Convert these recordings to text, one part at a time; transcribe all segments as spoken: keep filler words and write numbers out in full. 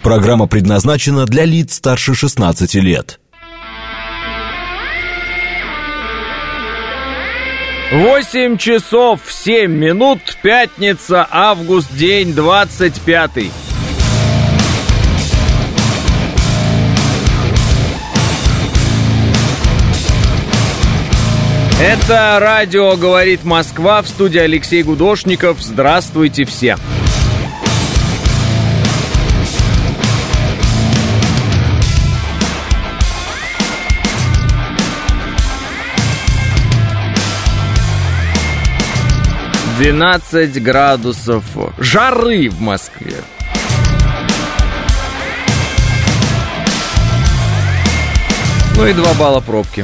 Программа предназначена для лиц старше шестнадцати лет. Восемь часов семь минут, пятница, август, день двадцать пятый. Это радио «Говорит Москва», в студии Алексей Гудошников. Здравствуйте все. двенадцать градусов жары в Москве. Ну и два балла пробки.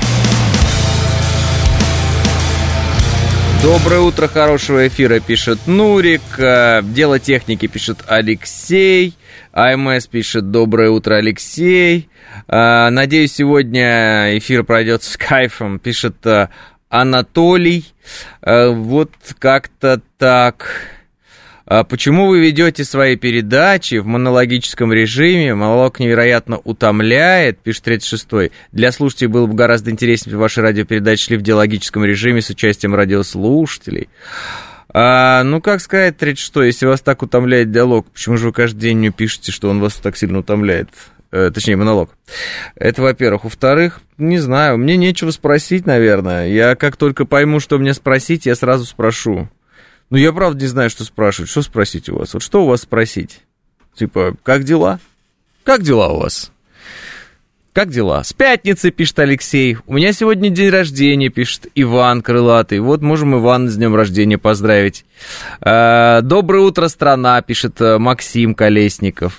Доброе утро, хорошего эфира, пишет Нурик. Дело техники, пишет Алексей. АМС пишет: доброе утро, Алексей. Надеюсь, сегодня эфир пройдет с кайфом, пишет Анатолий. Вот как-то так. Почему вы ведете свои передачи в монологическом режиме? Монолог невероятно утомляет, пишет тридцать шестой. Для слушателей было бы гораздо интереснее, если ваши радиопередачи шли в диалогическом режиме с участием радиослушателей. А, ну, как сказать, тридцать шестой, если вас так утомляет диалог, почему же вы каждый день мне пишете, что он вас так сильно утомляет? Э, точнее, монолог. Это, во-первых. Во-вторых, не знаю, мне нечего спросить, наверное. Я как только пойму, что мне спросить, я сразу спрошу. Ну, я правда не знаю, что спрашивать. Что спросить у вас? Вот что у вас спросить? Типа, как дела? Как дела у вас? Как дела? С пятницы, пишет Алексей. У меня сегодня день рождения, пишет Иван Крылатый. Вот, можем Ивана с днем рождения поздравить. Доброе утро, страна, пишет Максим Колесников.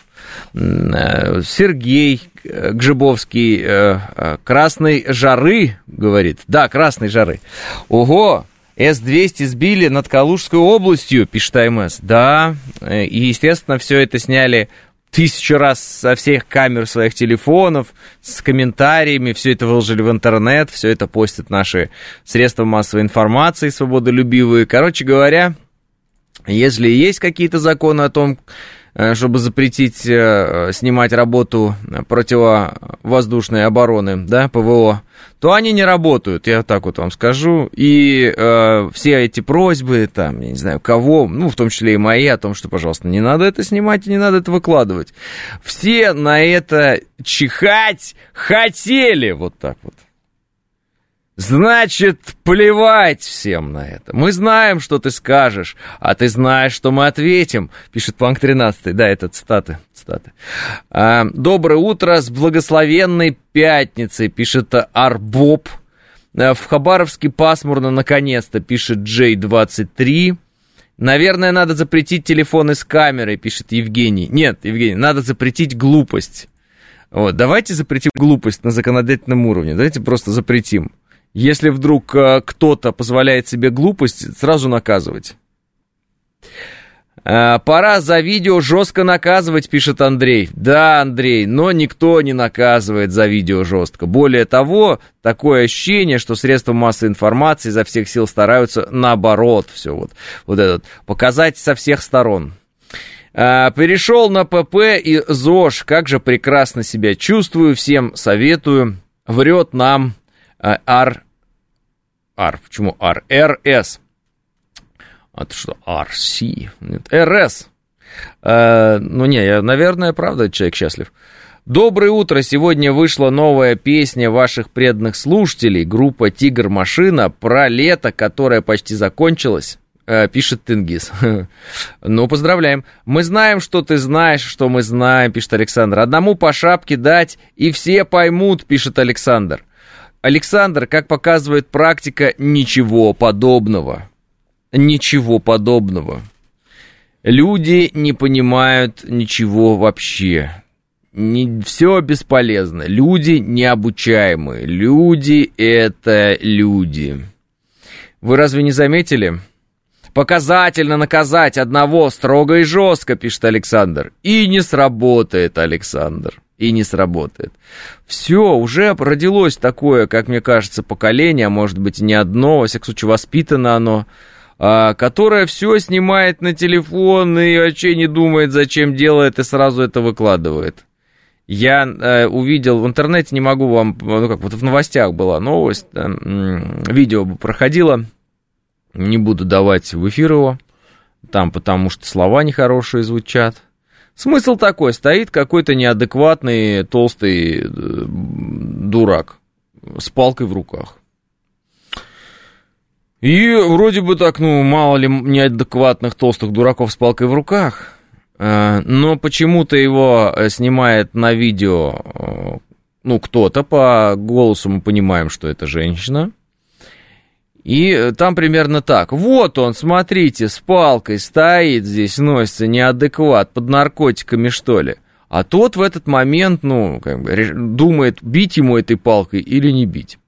Сергей Гжибовский. Красной жары, говорит. Да, красной жары. Ого! эс двести сбили над Калужской областью, пишет АМС. Да, и, естественно, все это сняли тысячу раз со всех камер своих телефонов, с комментариями, все это выложили в интернет, все это постят наши средства массовой информации, свободолюбивые. Короче говоря, если есть какие-то законы о том, чтобы запретить снимать работу противовоздушной обороны, да, ПВО, то они не работают, я так вот вам скажу. И э, все эти просьбы, там, я не знаю, кого, ну, в том числе и мои, о том, что, пожалуйста, не надо это снимать и не надо это выкладывать. Все на это чихать хотели, вот так вот. Значит, плевать всем на это. Мы знаем, что ты скажешь, а ты знаешь, что мы ответим, пишет Панк тринадцатый. Да, это цитаты. цитаты. А, доброе утро с благословенной пятницей, пишет Арбоб. В Хабаровске пасмурно наконец-то, пишет Джей двадцать три. Наверное, надо запретить телефоны с камерой, пишет Евгений. Нет, Евгений, надо запретить глупость. Вот, давайте запретим глупость на законодательном уровне. Давайте просто запретим. Если вдруг э, кто-то позволяет себе глупость, сразу наказывать. Э, пора за видео жестко наказывать, пишет Андрей. Да, Андрей, но никто не наказывает за видео жестко. Более того, такое ощущение, что средства массовой информации изо всех сил стараются наоборот все вот, вот этот, показать со всех сторон. Э, перешел на ПП и ЗОЖ. Как же прекрасно себя чувствую, всем советую. Врет нам э, Ар... Ар, почему Ар? РС. А это что? ар си. Нет, РС. Э, ну, не, я, наверное, правда, человек счастлив. Доброе утро. Сегодня вышла новая песня ваших преданных слушателей. Группа «Тигр Машина» про лето, которое почти закончилось. Э, пишет Тенгиз. Ну, поздравляем. Мы знаем, что ты знаешь, что мы знаем, пишет Александр. Одному по шапке дать, и все поймут, пишет Александр. Александр, как показывает практика, ничего подобного. Ничего подобного. Люди не понимают ничего вообще. Не, все бесполезно. Люди необучаемые. Люди — это люди. Вы разве не заметили? Показательно наказать одного строго и жестко, пишет Александр. И не сработает, Александр. И не сработает. Все, уже родилось такое, как мне кажется, поколение, а может быть, не одно, во всяком случае, воспитано оно которая все снимает на телефон и вообще не думает, зачем делает, и сразу это выкладывает. Я э, увидел в интернете, не могу вам, ну как вот в новостях была новость, э, видео проходило, не буду давать в эфир его, там потому что слова нехорошие звучат. Смысл такой, стоит какой-то неадекватный толстый э, дурак с палкой в руках. И вроде бы так, ну, мало ли неадекватных толстых дураков с палкой в руках, но почему-то его снимает на видео, ну, кто-то, по голосу мы понимаем, что это женщина. И там примерно так. Вот он, смотрите, с палкой стоит здесь, носится неадекват, под наркотиками, что ли. А тот в этот момент, ну, как бы, думает, бить ему этой палкой или не бить.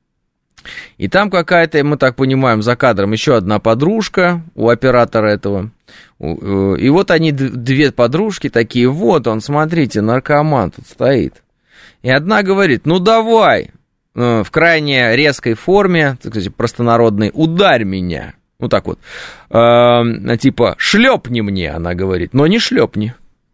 И там какая-то, мы так понимаем, за кадром еще одна подружка у оператора этого. И вот они, две подружки такие, вот он, смотрите, наркоман тут стоит. И одна говорит, ну давай, в крайне резкой форме, так сказать, простонародной, ударь меня. Ну так вот, э, типа, шлепни мне, она говорит, но не шлепни.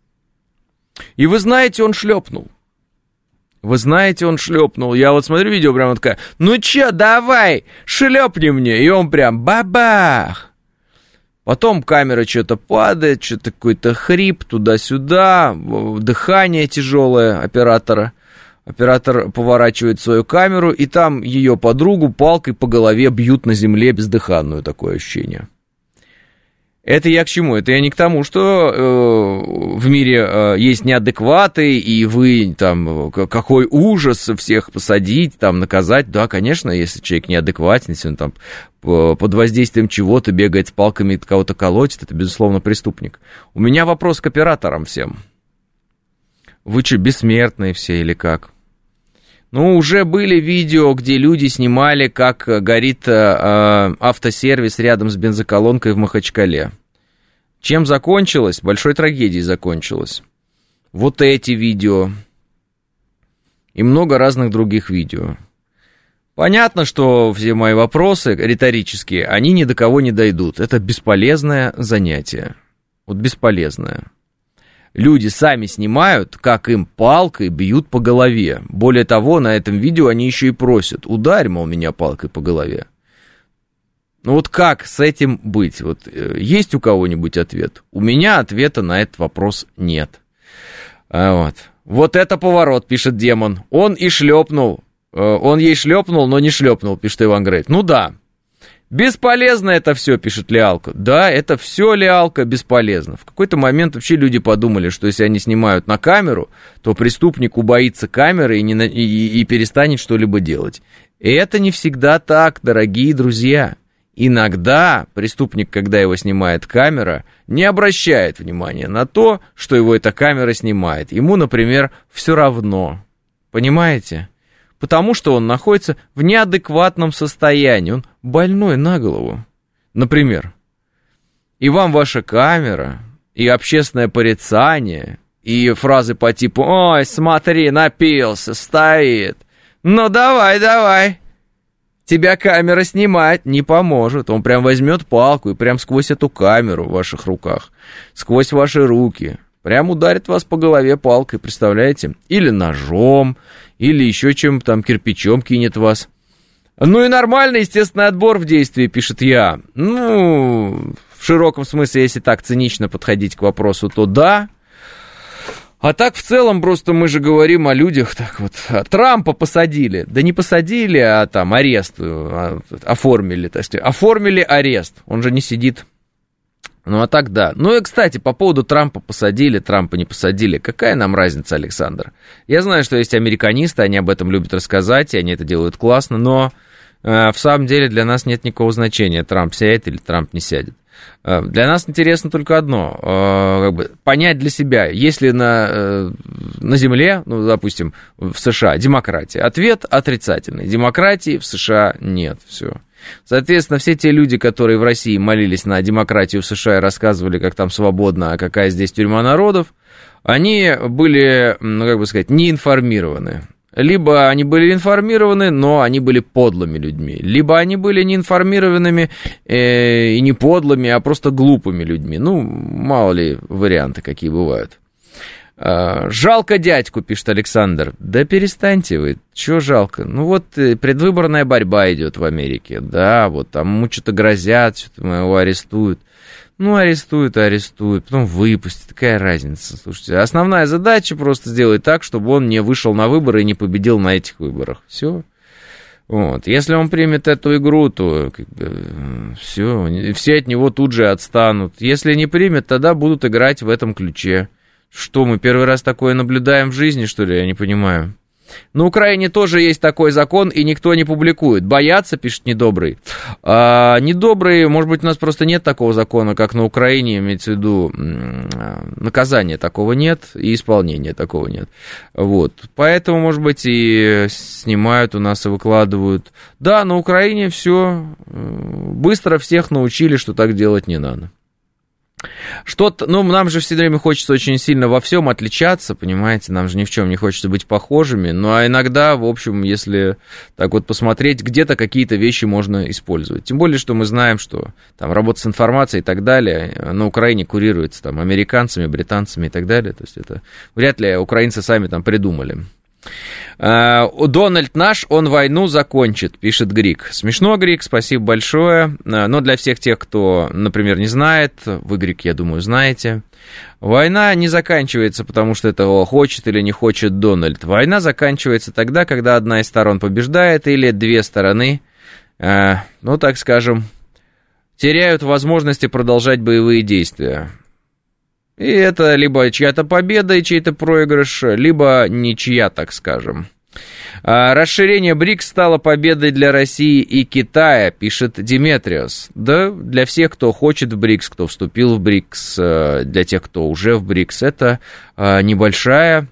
И вы знаете, он шлепнул. Вы знаете, он шлепнул. Я вот смотрю видео, прямо такая, ну чё, давай, шлепни мне. И он прям бабах. Потом камера что-то падает, что-то какой-то хрип туда-сюда, дыхание тяжелое оператора. Оператор поворачивает свою камеру, и там ее подругу палкой по голове бьют на земле бездыханную, такое ощущение. Это я к чему? Это я не к тому, что э, в мире э, есть неадекваты, и вы там, какой ужас всех посадить, там, наказать. Да, конечно, если человек неадекватен, если он там под воздействием чего-то бегает с палками и кого-то колотит, это, безусловно, преступник. У меня вопрос к операторам всем. Вы что, бессмертные все или как? Ну, уже были видео, где люди снимали, как горит э, автосервис рядом с бензоколонкой в Махачкале. Чем закончилось? Большой трагедией закончилось. Вот эти видео. И много разных других видео. Понятно, что все мои вопросы риторические, они ни до кого не дойдут. Это бесполезное занятие. Вот бесполезное. Люди сами снимают, как им палкой бьют по голове. Более того, на этом видео они еще и просят, ударь, мол, меня палкой по голове. Ну вот как с этим быть? Вот есть у кого-нибудь ответ? У меня ответа на этот вопрос нет. А вот. Вот это поворот, пишет Демон. Он и шлепнул. Он ей шлепнул, но не шлепнул, пишет Иван Грейт. Ну да. Бесполезно это все, пишет Леалка. Да, это все, Леалка, бесполезно. В какой-то момент вообще люди подумали, что если они снимают на камеру, то преступник убоится камеры и, не, и, и перестанет что-либо делать. И это не всегда так, дорогие друзья. Иногда преступник, когда его снимает камера, не обращает внимания на то, что его эта камера снимает. Ему, например, все равно. Понимаете? Потому что он находится в неадекватном состоянии, он больной на голову. Например, и вам ваша камера, и общественное порицание, и фразы по типу «Ой, смотри, напился, стоит, ну давай, давай». Тебя камера снимать не поможет. Он прям возьмет палку и прям сквозь эту камеру в ваших руках, сквозь ваши руки, прям ударит вас по голове палкой, представляете? Или ножом, или еще чем-то там, кирпичом кинет вас. Ну и нормальный естественный отбор в действии, пишет я. Ну, в широком смысле, если так цинично подходить к вопросу, то да. А так в целом просто мы же говорим о людях, так вот, Трампа посадили. Да не посадили, а там арест оформили, так сказать. Оформили арест, он же не сидит. Ну, а так да. Ну, и, кстати, по поводу Трампа посадили, Трампа не посадили. Какая нам разница, Александр? Я знаю, что есть американисты, они об этом любят рассказать, и они это делают классно, но э, в самом деле для нас нет никакого значения, Трамп сядет или Трамп не сядет. Э, для нас интересно только одно, э, как бы понять для себя, если на, э, на Земле, ну, допустим, в США демократия, ответ отрицательный. Демократии в США нет, все. Соответственно, все те люди, которые в России молились на демократию в США и рассказывали, как там свободно, а какая здесь тюрьма народов, они были, ну, как бы сказать, не информированы. Либо они были информированы, но они были подлыми людьми. Либо они были не информированными э, и не подлыми, а просто глупыми людьми. Ну, мало ли варианты какие бывают. Э, жалко дядьку, пишет Александр. Да перестаньте вы, чё жалко? Ну вот предвыборная борьба идет в Америке. Да, вот там ему что-то грозят, что-то его арестуют. Ну, арестуют и арестуют, потом выпустят. Какая разница? Слушайте, основная задача просто сделать так, чтобы он не вышел на выборы и не победил на этих выборах. Все. Вот. Если он примет эту игру, то как бы, все, все от него тут же отстанут. Если не примет, тогда будут играть в этом ключе. Что, мы первый раз такое наблюдаем в жизни, что ли? Я не понимаю. На Украине тоже есть такой закон, и никто не публикует. Боятся, пишет Недобрый. А, Недобрый, может быть, у нас просто нет такого закона, как на Украине, имеется в виду, наказания такого нет, и исполнения такого нет. Вот. Поэтому, может быть, и снимают у нас и выкладывают. Да, на Украине все быстро всех научили, что так делать не надо. Что-то, ну, нам же все время хочется очень сильно во всем отличаться, понимаете, нам же ни в чем не хочется быть похожими, ну, а иногда, в общем, если так вот посмотреть, где-то какие-то вещи можно использовать. Тем более, что мы знаем, что там работа с информацией и так далее на Украине курируется там американцами, британцами и так далее, то есть это вряд ли украинцы сами там придумали. Дональд наш, он войну закончит, пишет Грик. Смешно, Грик, спасибо большое. Но для всех тех, кто, например, не знает, вы, Грик, я думаю, знаете, война не заканчивается, потому что этого хочет или не хочет Дональд. Война заканчивается тогда, когда одна из сторон побеждает, или две стороны, ну, так скажем, теряют возможности продолжать боевые действия. И это либо чья-то победа и чей-то проигрыш, либо ничья, так скажем. Расширение БРИКС стало победой для России и Китая, пишет Диметриос. Да, для всех, кто хочет в БРИКС, кто вступил в БРИКС, для тех, кто уже в БРИКС, это небольшая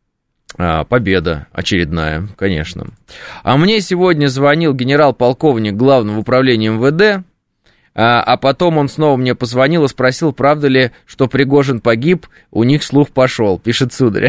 победа очередная, конечно. А мне сегодня звонил генерал-полковник Главного управления МВД, а потом он снова мне позвонил и спросил, правда ли, что Пригожин погиб, у них слух пошел, пишет Сударь.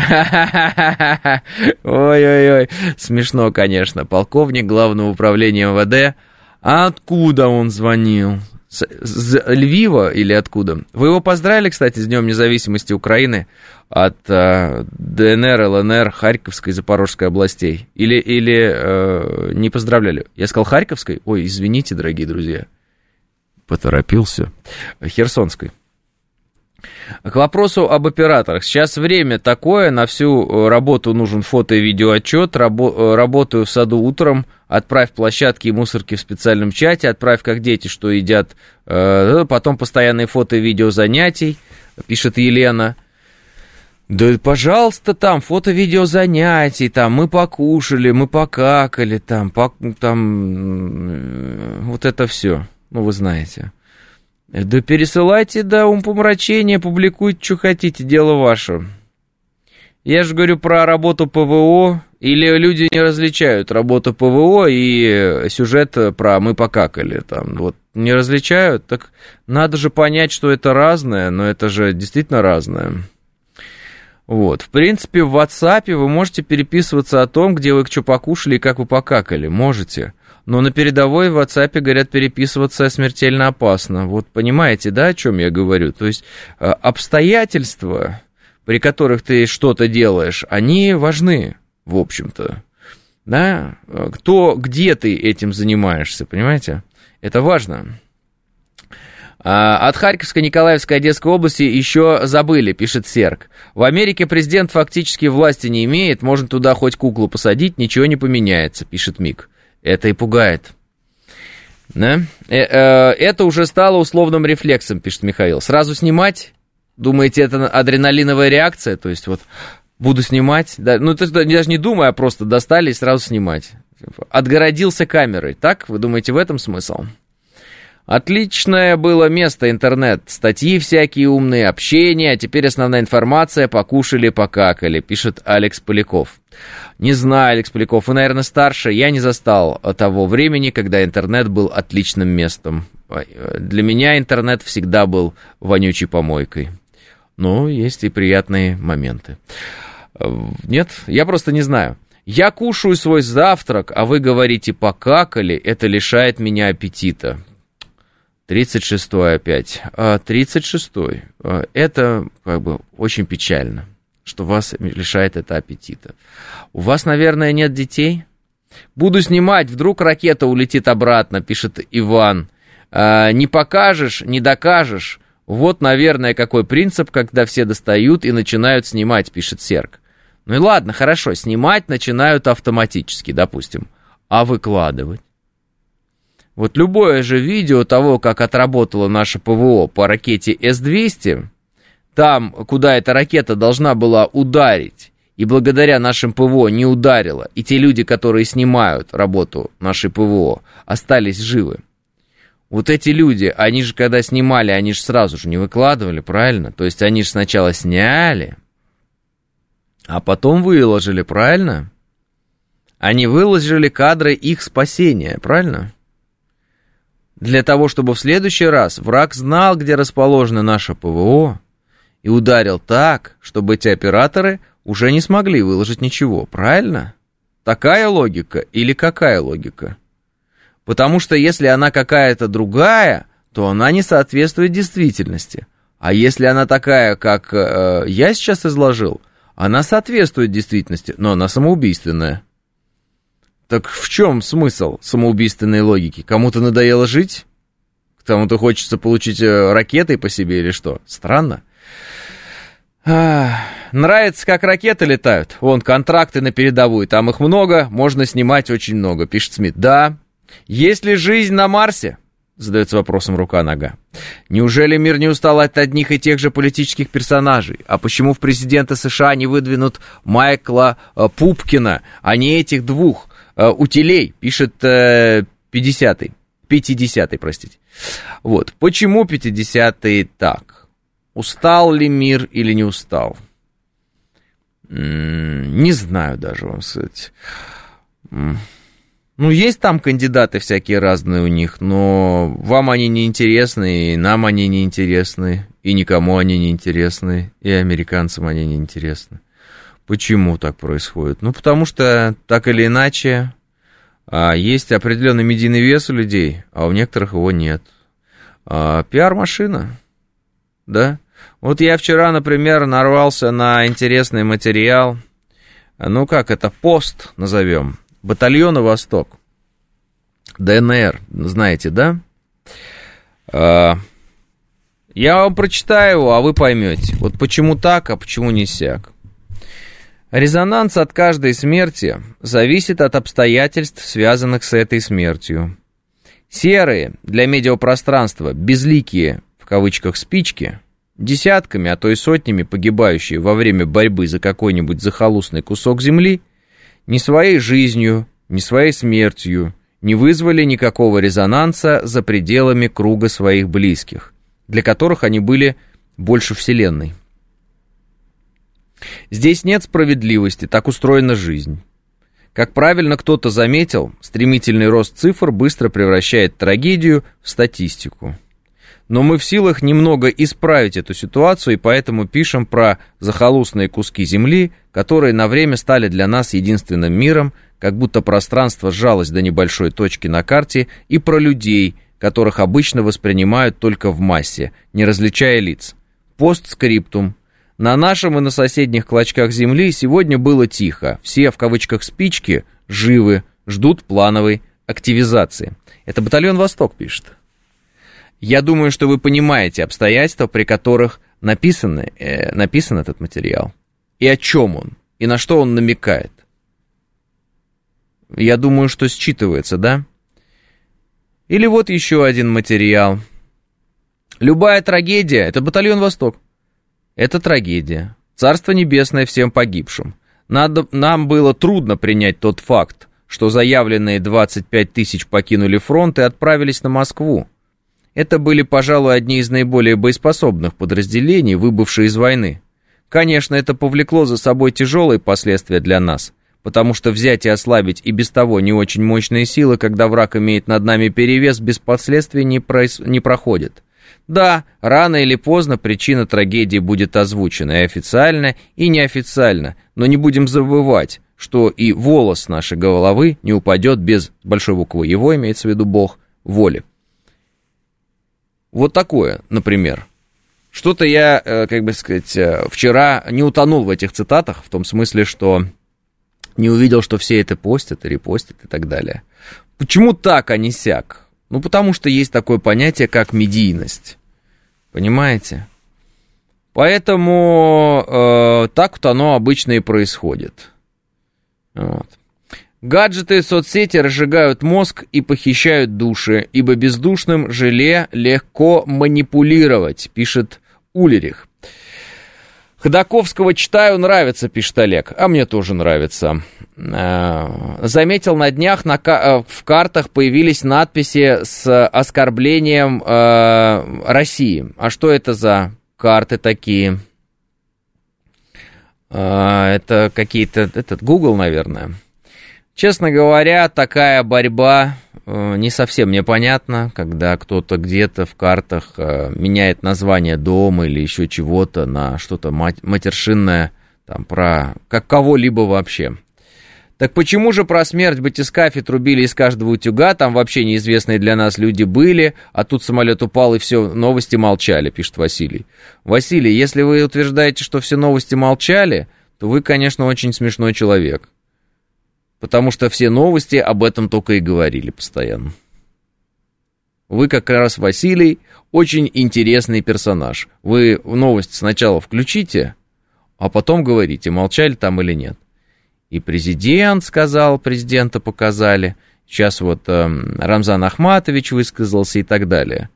Ой-ой-ой, смешно, конечно. Полковник Главного управления МВД. А откуда он звонил? С, с Львива или откуда? Вы его поздравили, кстати, с Днем независимости Украины от э, ДНР, ЛНР, Харьковской и Запорожской областей? Или, или э, не поздравляли? Я сказал Харьковской? Ой, извините, дорогие друзья. Поторопился. Херсонской. К вопросу об операторах. Сейчас время такое, на всю работу нужен фото- и видеоотчет. Рабо- работаю в саду утром, отправь площадки и мусорки в специальном чате, отправь, как дети, что едят, потом постоянные фото- и видео занятий, пишет Елена. Да, пожалуйста, там фото-видео занятий, там мы покушали, мы покакали, там, пок- там вот это все. Ну, вы знаете. Да пересылайте до умопомрачения, публикуйте, что хотите, дело ваше. Я же говорю про работу ПВО, или люди не различают работу ПВО и сюжет про «мы покакали». Там, вот, не различают, так надо же понять, что это разное, но это же действительно разное. Вот, в принципе, в WhatsApp вы можете переписываться о том, где вы что покушали и как вы покакали, можете. Но на передовой в WhatsApp, говорят, переписываться смертельно опасно. Вот понимаете, да, о чем я говорю? То есть обстоятельства, при которых ты что-то делаешь, они важны, в общем-то. Да? Кто, где ты этим занимаешься, понимаете? Это важно. От Харьковской, Николаевской, Одесской области еще забыли, пишет Серг. В Америке президент фактически власти не имеет, можно туда хоть куклу посадить, ничего не поменяется, пишет Мик. Это и пугает. Да? Это уже стало условным рефлексом, пишет Михаил. Сразу снимать? Думаете, это адреналиновая реакция? То есть вот буду снимать? Да, ну, это даже не думая, а просто достали и сразу снимать. Отгородился камерой. Так? Вы думаете, в этом смысл? Отличное было место интернет, статьи всякие умные, общение, а теперь основная информация, покушали, покакали, пишет Алекс Поляков. Не знаю, Алекс Поляков, вы, наверное, старше, я не застал того времени, когда интернет был отличным местом. Для меня интернет всегда был вонючей помойкой. Но есть и приятные моменты. Нет, я просто не знаю. Я кушаю свой завтрак, а вы говорите «покакали», это лишает меня аппетита. тридцать шестой опять. тридцать шестой. Это как бы очень печально, что вас лишает это аппетита. У вас, наверное, нет детей? Буду снимать, вдруг ракета улетит обратно, пишет Иван. Не покажешь, не докажешь. Вот, наверное, какой принцип, когда все достают и начинают снимать, пишет Серг. Ну и ладно, хорошо, снимать начинают автоматически, допустим. А выкладывать? Вот любое же видео того, как отработало наше ПВО по ракете эс двести, там, куда эта ракета должна была ударить, и благодаря нашим ПВО не ударила, и те люди, которые снимают работу нашей ПВО, остались живы. Вот эти люди, они же когда снимали, они же сразу же не выкладывали, правильно? То есть они же сначала сняли, а потом выложили, правильно? Они выложили кадры их спасения, правильно? Для того, чтобы в следующий раз враг знал, где расположено наше ПВО, и ударил так, чтобы эти операторы уже не смогли выложить ничего, правильно? Такая логика или какая логика? Потому что если она какая-то другая, то она не соответствует действительности. А если она такая, как э, я сейчас изложил, она соответствует действительности, но она самоубийственная. Так в чем смысл самоубийственной логики? Кому-то надоело жить? Кому-то хочется получить ракетой по себе или что? Странно. А, нравится, как ракеты летают? Вон, контракты на передовую, там их много, можно снимать очень много, пишет Смит. Да. Есть ли жизнь на Марсе? Задается вопросом рука-нога. Неужели мир не устал от одних и тех же политических персонажей? А почему в президенты США не выдвинут Майкла э, Пупкина, а не этих двух э, утилей? Пишет э, пятидесятый. пятидесятый, простите. Вот. Почему пятидесятый так? Устал ли мир или не устал? М-м, не знаю даже вам сказать. Ну, есть там кандидаты всякие разные у них, но вам они не интересны, и нам они не интересны, и никому они не интересны, и американцам они не интересны. Почему так происходит? Ну, потому что, так или иначе, есть определенный медийный вес у людей, а у некоторых его нет. Пиар-машина, да? Вот я вчера, например, нарвался на интересный материал, ну, как это, пост назовем, Батальона «Восток», ДНР, знаете, да? Я вам прочитаю его, а вы поймете, вот почему так, а почему не сяк. Резонанс от каждой смерти зависит от обстоятельств, связанных с этой смертью. Серые для медиапространства безликие, в кавычках, спички, десятками, а то и сотнями погибающие во время борьбы за какой-нибудь захолустный кусок земли, ни своей жизнью, ни своей смертью не вызвали никакого резонанса за пределами круга своих близких, для которых они были больше Вселенной. Здесь нет справедливости, так устроена жизнь. Как правильно кто-то заметил, стремительный рост цифр быстро превращает трагедию в статистику. Но мы в силах немного исправить эту ситуацию, и поэтому пишем про захолустные куски земли, которые на время стали для нас единственным миром, как будто пространство сжалось до небольшой точки на карте, и про людей, которых обычно воспринимают только в массе, не различая лиц. Постскриптум. На нашем и на соседних клочках земли сегодня было тихо. Все, в кавычках, спички живы, ждут плановой активизации. Это батальон «Восток» пишет. Я думаю, что вы понимаете обстоятельства, при которых написан, э, написан этот материал, и о чем он, и на что он намекает. Я думаю, что считывается, да? Или вот еще один материал. Любая трагедия — это батальон «Восток». Это трагедия. Царство небесное всем погибшим. Надо, нам было трудно принять тот факт, что заявленные двадцать пять тысяч покинули фронт и отправились на Москву. Это были, пожалуй, одни из наиболее боеспособных подразделений, выбывшие из войны. Конечно, это повлекло за собой тяжелые последствия для нас, потому что взять и ослабить и без того не очень мощные силы, когда враг имеет над нами перевес, без последствий не, проис... не проходит. Да, рано или поздно причина трагедии будет озвучена и официально, и неофициально, но не будем забывать, что и волос нашей головы не упадет без большой буквы «его», имеется в виду Бог, воли. Вот такое, например. Что-то я, как бы сказать, вчера не утонул в этих цитатах, в том смысле, что не увидел, что все это постят и репостят и так далее. Почему так, а не сяк? Ну, потому что есть такое понятие, как медийность. Понимаете? Поэтому э, так вот оно обычно и происходит. Вот. Гаджеты и соцсети разжигают мозг и похищают души, ибо бездушным желе легко манипулировать, пишет Улерих. Ходаковского читаю, нравится, пишет Олег, а мне тоже нравится. Заметил, на днях на, в картах появились надписи с оскорблением э, России. А что это за карты такие? Э, это какие-то, этот Google, наверное. Честно говоря, такая борьба э, не совсем мне понятна, когда кто-то где-то в картах э, меняет название дома или еще чего-то на что-то матершинное, там, про как кого-либо вообще. Так почему же про смерть батискафи трубили из каждого утюга, там вообще неизвестные для нас люди были, а тут самолет упал и все, новости молчали, пишет Василий. Василий, если вы утверждаете, что все новости молчали, то вы, конечно, очень смешной человек. Потому что все новости об этом только и говорили постоянно. Вы как раз, Василий, очень интересный персонаж. Вы новости сначала включите, а потом говорите, молчали там или нет. И президент сказал, президента показали. Сейчас вот э, Рамзан Ахматович высказался и так далее.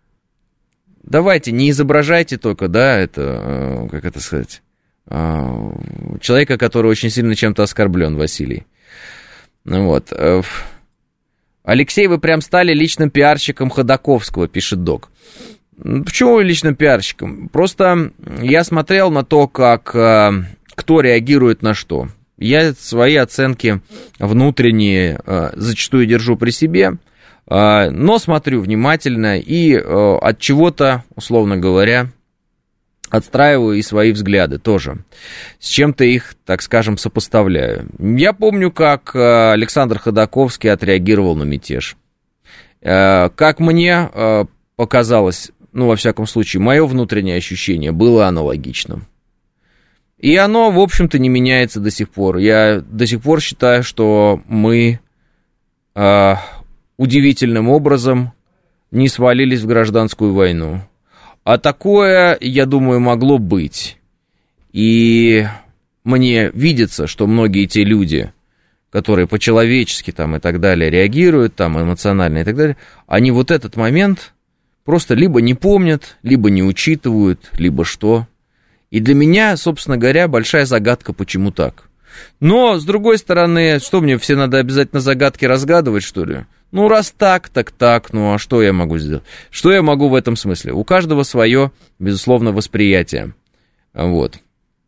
Давайте, не изображайте только, да, это, э, как это сказать, э, человека, который очень сильно чем-то оскорблен, Василий. Вот. Алексей, вы прям стали личным пиарщиком Ходаковского, пишет Док. Почему личным пиарщиком? Просто я смотрел на то, как кто реагирует на что. Я свои оценки внутренние зачастую держу при себе, но смотрю внимательно и от чего-то, условно говоря, отстраиваю и свои взгляды тоже. С чем-то их, так скажем, сопоставляю. Я помню, как Александр Ходаковский отреагировал на мятеж. Как мне показалось, ну, во всяком случае, мое внутреннее ощущение было аналогичным. И оно, в общем-то, не меняется до сих пор. Я до сих пор считаю, что мы удивительным образом не свалились в гражданскую войну. А такое, я думаю, могло быть. И мне видится, что многие те люди, которые по-человечески там и так далее реагируют, там эмоционально и так далее, они вот этот момент просто либо не помнят, либо не учитывают, либо что. И для меня, собственно говоря, большая загадка, почему так. Но, с другой стороны, что мне, все надо обязательно загадки разгадывать, что ли? Ну, раз так, так так, ну, а что я могу сделать? Что я могу в этом смысле? У каждого свое, безусловно, восприятие. Вот.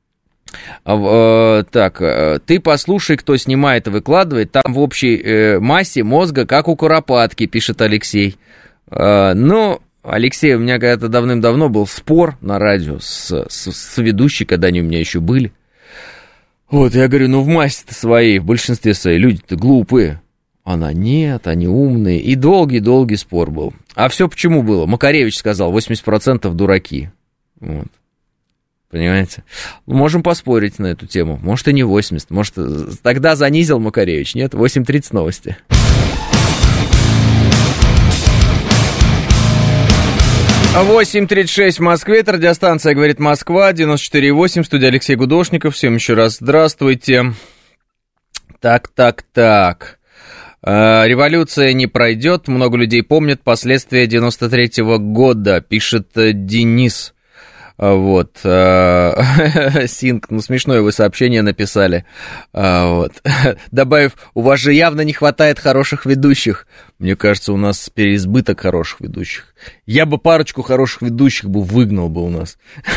А, так, ты послушай, кто снимает и выкладывает, там в общей э, массе мозга, как у куропатки, пишет Алексей. А, ну, Алексей, у меня когда-то давным-давно был спор на радио с, с, с ведущей, когда они у меня еще были. Вот, я говорю, ну, в массе-то своей, в большинстве своей, люди-то глупые. Она, нет, они умные. И долгий-долгий спор был. А все почему было? Макаревич сказал, восемьдесят процентов дураки. Вот. Понимаете? Можем поспорить на эту тему. Может, и не восемьдесят. Может, тогда занизил Макаревич. Нет, восемь тридцать новости. восемь тридцать шесть в Москве, это радиостанция «Говорит Москва», девяносто четыре и восемь, студия Алексей Гудошников. Всем еще раз здравствуйте. Так, так, так. Революция не пройдет, много людей помнят последствия девяносто третьего года, пишет Денис. Вот. Синк, ну смешное вы сообщение написали. Вот. Добавив, у вас же явно не хватает хороших ведущих. Мне кажется, у нас переизбыток хороших ведущих. Я бы парочку хороших ведущих бы выгнал бы у нас.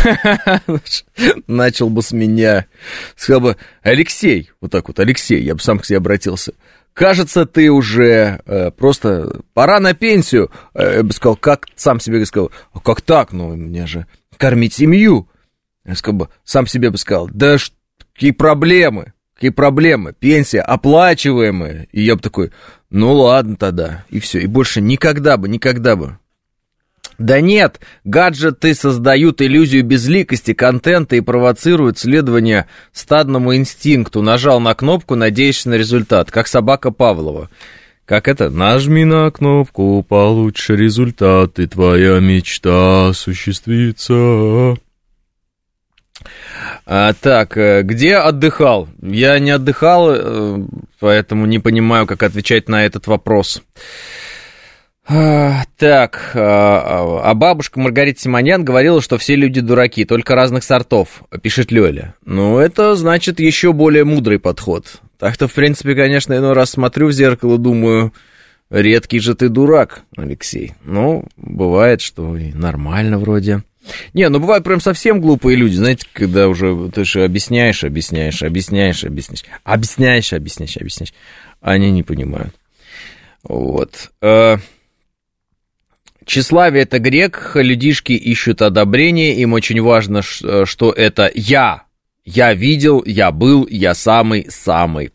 Начал бы с меня. Сказал бы, Алексей, вот так вот, Алексей, я бы сам к себе обратился. Кажется, ты уже э, просто пора на пенсию. Я бы сказал, как сам себе сказал, а как так? Ну, мне же кормить семью. Я сказал бы, сам себе бы сказал, да какие проблемы? Какие проблемы? Пенсия оплачиваемая. И я бы такой, ну ладно тогда. И все. И больше никогда бы, никогда бы. Да нет, гаджеты создают иллюзию безликости контента и провоцируют следование стадному инстинкту. Нажал на кнопку, надеешься на результат, как собака Павлова. Как это? Нажми на кнопку, получишь результат, и твоя мечта осуществится. А, так, где отдыхал? Я не отдыхал, поэтому не понимаю, как отвечать на этот вопрос. А, так, а, а бабушка Маргарита Симонян говорила, что все люди дураки, только разных сортов, пишет Лёля. Ну, это значит еще более мудрый подход. Так-то, в принципе, конечно, иной раз смотрю в зеркало, думаю, редкий же ты дурак, Алексей. Ну, бывает, что и нормально вроде. Не, ну бывают прям совсем глупые люди, знаете, когда уже ты же объясняешь, объясняешь, объясняешь, объясняешь, объясняешь, объясняешь, объясняешь, они не понимают. Вот. Тщеславие — это грех, людишки ищут одобрения, им очень важно, что это я, я видел, я был, я самый-самый.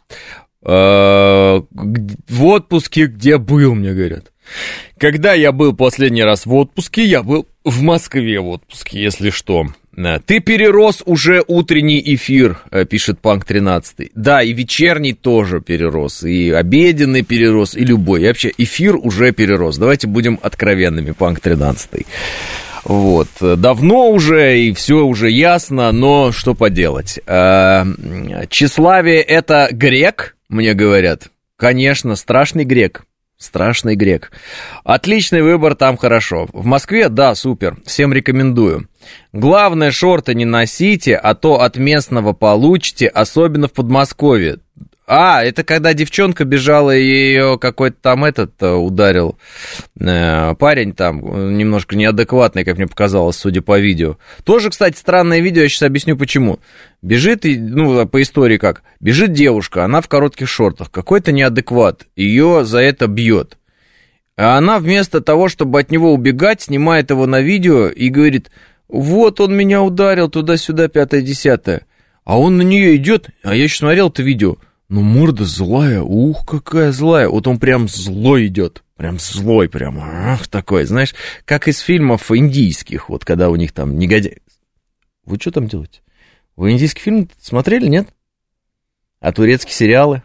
В отпуске где был, мне говорят. Когда я был последний раз в отпуске, я был в Москве в отпуске, если что. Ты перерос уже утренний эфир, пишет Панк тринадцать. Да, и вечерний тоже перерос, и обеденный перерос, и любой. И вообще эфир уже перерос. Давайте будем откровенными, Панк тринадцать. Вот, давно уже, и все уже ясно, но что поделать. Тщеславие — это грех, мне говорят. Конечно, страшный грех. Страшный грех. Отличный выбор, там хорошо. В Москве, да, супер, всем рекомендую. Главное, шорты не носите, а то от местного получите, особенно в Подмосковье. А, это когда девчонка бежала, и ее какой-то там этот ударил э, парень там, немножко неадекватный, как мне показалось, судя по видео. Тоже, кстати, странное видео, я сейчас объясню почему. Бежит, ну, по истории как, бежит девушка, она в коротких шортах, какой-то неадекват, ее за это бьет. А она вместо того, чтобы от него убегать, снимает его на видео и говорит, вот он меня ударил туда-сюда, пятое-десятое. А он на нее идет, а я еще смотрел это видео. Ну, морда злая, ух, какая злая. Вот он прям злой идет, прям злой, прям, ах, такой, знаешь, как из фильмов индийских, вот когда у них там негодяи. Вы что там делаете? Вы индийский фильм смотрели, нет? А турецкие сериалы?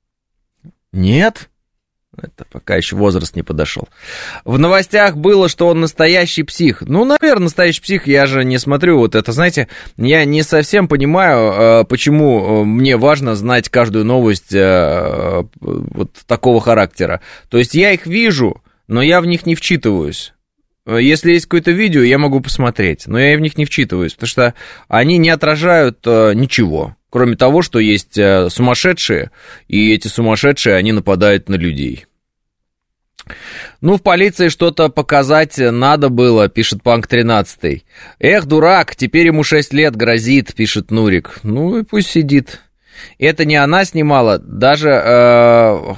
Нет? Это пока еще возраст не подошел. В новостях было, что он настоящий псих. Ну, наверное, настоящий псих, я же не смотрю. Вот это, знаете, я не совсем понимаю, почему мне важно знать каждую новость вот такого характера. То есть я их вижу, но я в них не вчитываюсь. Если есть какое-то видео, я могу посмотреть, но я в них не вчитываюсь, потому что они не отражают ничего. Кроме того, что есть сумасшедшие, и эти сумасшедшие, они нападают на людей. Ну, в полиции что-то показать надо было, пишет Панк тринадцать. Эх, дурак, теперь ему шесть лет грозит, пишет Нурик. Ну, и пусть сидит. Это не она снимала, даже э, в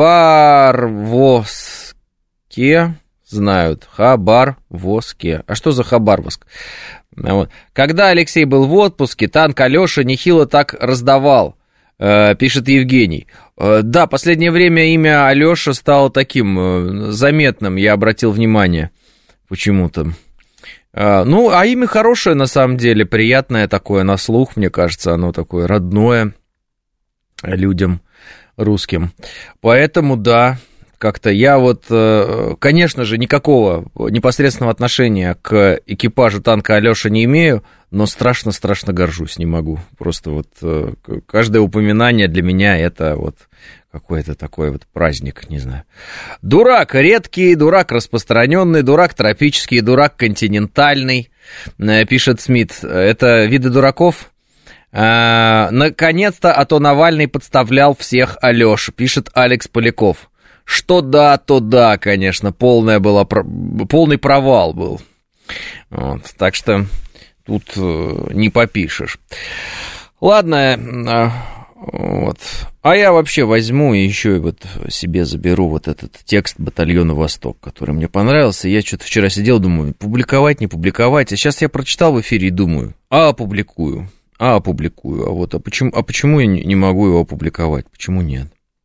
Хабаровске знают. Хабаровске. А что за Хабаровск? Вот. Когда Алексей был в отпуске, танк Алёша нехило так раздавал, э, пишет Евгений. Э, да, последнее время имя Алёша стало таким э, заметным, я обратил внимание почему-то. Э, ну, а имя хорошее на самом деле, приятное такое на слух, мне кажется, оно такое родное людям русским. Поэтому, да, как-то я вот, конечно же, никакого непосредственного отношения к экипажу танка Алёша не имею, но страшно-страшно горжусь, не могу. Просто вот каждое упоминание для меня это вот какой-то такой вот праздник, не знаю. Дурак редкий, дурак распространенный, дурак тропический, дурак континентальный, пишет Смит. Это виды дураков? А, наконец-то, а то Навальный подставлял всех Алёш, пишет Алекс Поляков. Что да, то да, конечно, полная была, полный провал был. Вот, так что тут не попишешь. Ладно, вот. А я вообще возьму и еще вот себе заберу вот этот текст «Батальона Восток», который мне понравился. Я что-то вчера сидел, думаю, публиковать, не публиковать. А сейчас я прочитал в эфире и думаю, а опубликую. А, опубликую. А вот, а почему, а почему я не могу его опубликовать? Почему нет?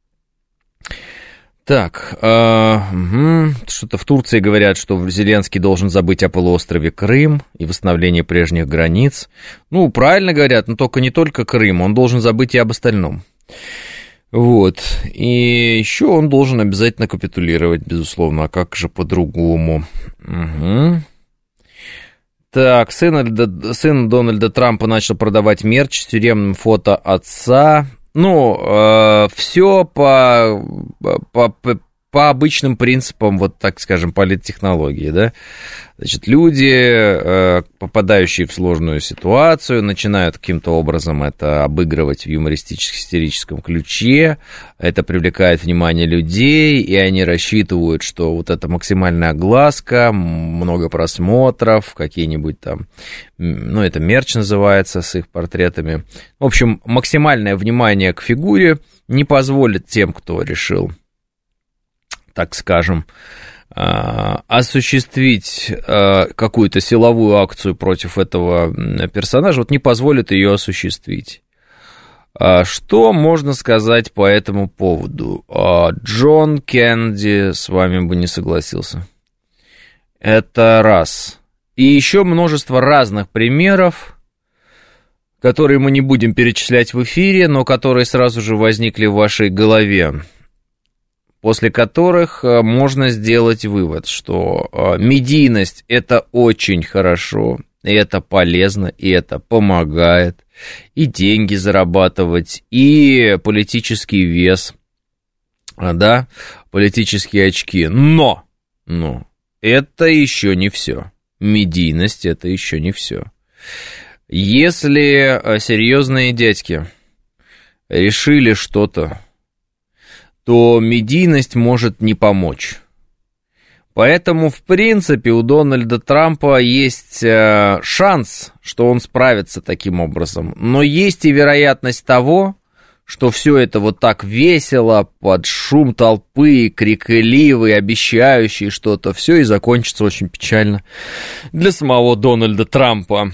Так, э, угу. Что-то в Турции говорят, что Зеленский должен забыть о полуострове Крым и восстановлении прежних границ. Ну, правильно говорят, но только не только Крым, он должен забыть и об остальном. Вот, и еще он должен обязательно капитулировать, безусловно, а как же по-другому? Угу. Так, сын, сын Дональда Трампа начал продавать мерч с тюремным фото отца. Ну, э, все по, по, по, по обычным принципам, вот так скажем, политтехнологии, да. Значит, люди, э, попадающие в сложную ситуацию, начинают каким-то образом это обыгрывать в юмористическо-истерическом ключе, это привлекает внимание людей, и они рассчитывают, что вот эта максимальная огласка, много просмотров, какие-нибудь там, ну, это мерч называется с их портретами. В общем, максимальное внимание к фигуре не позволит тем, кто решил, так скажем, осуществить какую-то силовую акцию против этого персонажа, вот не позволит ее осуществить. Что можно сказать по этому поводу? Джон Кеннеди с вами бы не согласился. Это раз. И еще множество разных примеров, которые мы не будем перечислять в эфире, но которые сразу же возникли в вашей голове, после которых можно сделать вывод, что медийность – это очень хорошо, и это полезно, и это помогает, и деньги зарабатывать, и политический вес, да, политические очки. Но, но это еще не все. Медийность – это еще не все. Если серьезные дядьки решили что-то, то медийность может не помочь. Поэтому, в принципе, у Дональда Трампа есть э, шанс, что он справится таким образом. Но есть и вероятность того, что все это вот так весело, под шум толпы, крикливый, обещающий что-то, все и закончится очень печально для самого Дональда Трампа.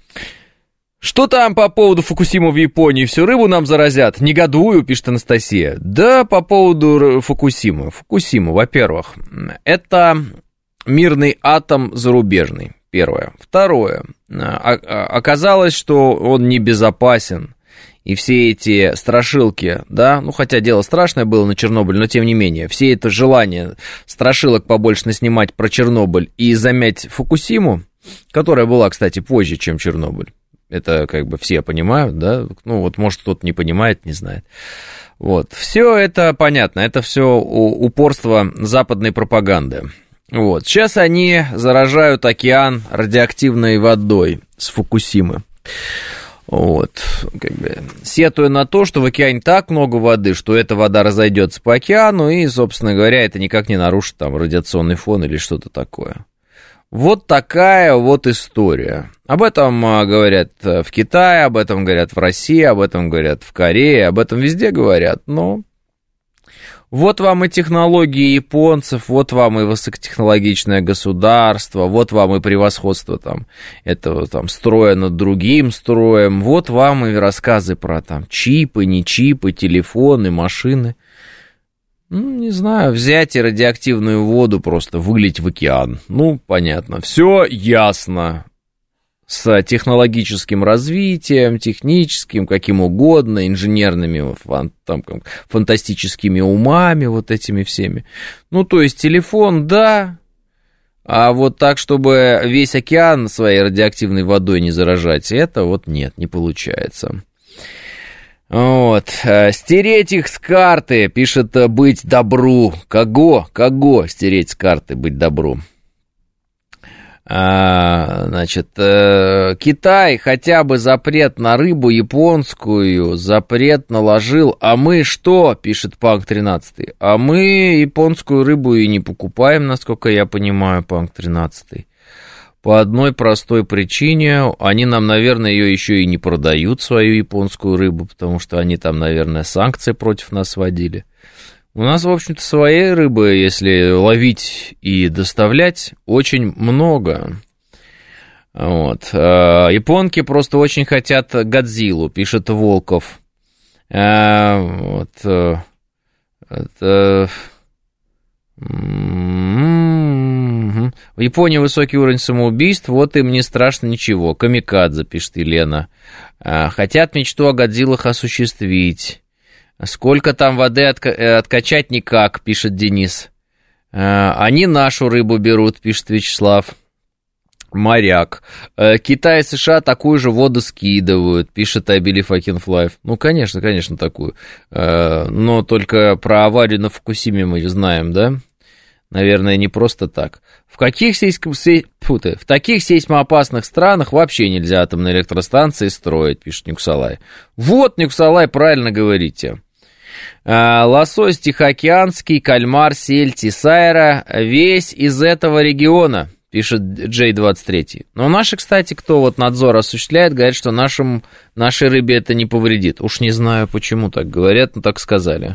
Что там по поводу Фукусимы в Японии? Всю рыбу нам заразят? Негодую, пишет Анастасия. Да, по поводу Фукусимы. Фукусима, во-первых, это мирный атом зарубежный, первое. Второе, оказалось, что он небезопасен. И все эти страшилки, да, ну, хотя дело страшное было на Чернобыль, но тем не менее, все это желание страшилок побольше наснимать про Чернобыль и замять Фукусиму, которая была, кстати, позже, чем Чернобыль. Это как бы все понимают, да, ну вот может кто-то не понимает, не знает. Вот, все это понятно, это все упорство западной пропаганды. Вот, сейчас они заражают океан радиоактивной водой с Фукусимы. Вот, как бы, сетуя на то, что в океане так много воды, что эта вода разойдется по океану, и, собственно говоря, это никак не нарушит там радиационный фон или что-то такое. Вот такая вот история. Об этом говорят в Китае, об этом говорят в России, об этом говорят в Корее, об этом везде говорят, но вот вам и технологии японцев, вот вам и высокотехнологичное государство, вот вам и превосходство там этого там строя над другим строем, вот вам и рассказы про там чипы, не чипы, телефоны, машины. Ну, не знаю, взять и радиоактивную воду просто вылить в океан. Ну, понятно, все ясно. С технологическим развитием, техническим, каким угодно, инженерными фан, там, фантастическими умами, вот этими всеми. Ну, то есть телефон, да, а вот так, чтобы весь океан своей радиоактивной водой не заражать, это вот нет, не получается. Вот, стереть их с карты, пишет «быть добру». Кого? Кого стереть с карты «быть добру»? А, значит, э, Китай хотя бы запрет на рыбу японскую, запрет наложил, а мы что, пишет Панк тринадцать, а мы японскую рыбу и не покупаем, насколько я понимаю, Панк тринадцать. По одной простой причине, они нам, наверное, ее еще и не продают, свою японскую рыбу, потому что они там, наверное, санкции против нас вводили. У нас, в общем-то, своей рыбы, если ловить и доставлять, очень много. Вот. Японки просто очень хотят Годзиллу, пишет Волков. Вот. Это... В Японии высокий уровень самоубийств, вот им не страшно ничего. Камикадзе, пишет Елена. Хотят мечту о Годзиллах осуществить. Сколько там воды отка- откачать никак, пишет Денис. Они нашу рыбу берут, пишет Вячеслав. Моряк. Китай и США такую же воду скидывают, пишет I Believe I Can Fly. Ну, конечно, конечно, такую. Но только про аварию на Фукусиме мы знаем, да? Наверное, не просто так. В каких сейск... Фу ты. В таких сейсмоопасных странах вообще нельзя атомные электростанции строить, пишет Нюксалай. Вот, Нюксалай, правильно говорите. Лосось тихоокеанский, кальмар, сель, тисайра, весь из этого региона, пишет Джей двадцать три. Но наши, кстати, кто вот надзор осуществляет, говорят, что нашим, нашей рыбе это не повредит. Уж не знаю, почему так говорят, но так сказали.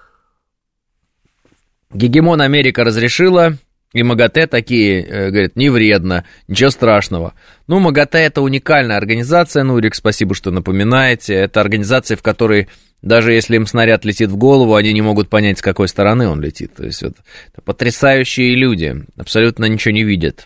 Гегемон Америка разрешила, и МАГАТЭ такие, э, говорят, не вредно, ничего страшного. Ну, МАГАТЭ это уникальная организация, Нурик, спасибо, что напоминаете. Это организация, в которой даже если им снаряд летит в голову, они не могут понять, с какой стороны он летит. То есть вот, это потрясающие люди, абсолютно ничего не видят.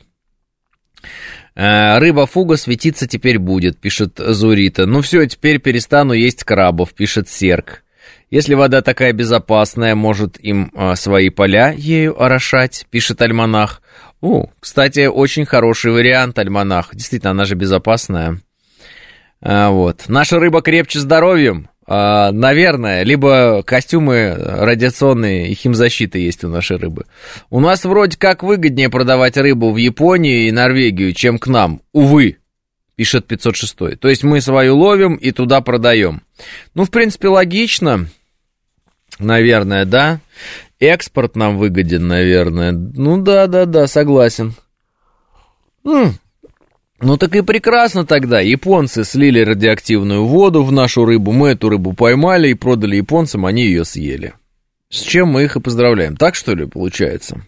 Э, рыба фуга светиться теперь будет, пишет Зурита. Ну все, теперь перестану есть крабов, пишет Серк. Если вода такая безопасная, может им а, свои поля ею орошать, пишет Альманах. О, кстати, очень хороший вариант, Альманах. Действительно, она же безопасная. А, вот. Наша рыба крепче здоровьем, а, наверное, либо костюмы радиационные и химзащиты есть у нашей рыбы. У нас вроде как выгоднее продавать рыбу в Японию и Норвегию, чем к нам. Увы. Пишет пятьсот шесть. То есть мы свою ловим и туда продаем. Ну, в принципе, логично. Наверное, да. Экспорт нам выгоден, наверное. Ну, да-да-да, согласен. М-м. Ну, так и прекрасно тогда. Японцы слили радиоактивную воду в нашу рыбу. Мы эту рыбу поймали и продали японцам, они ее съели. С чем мы их и поздравляем. Так, что ли, получается?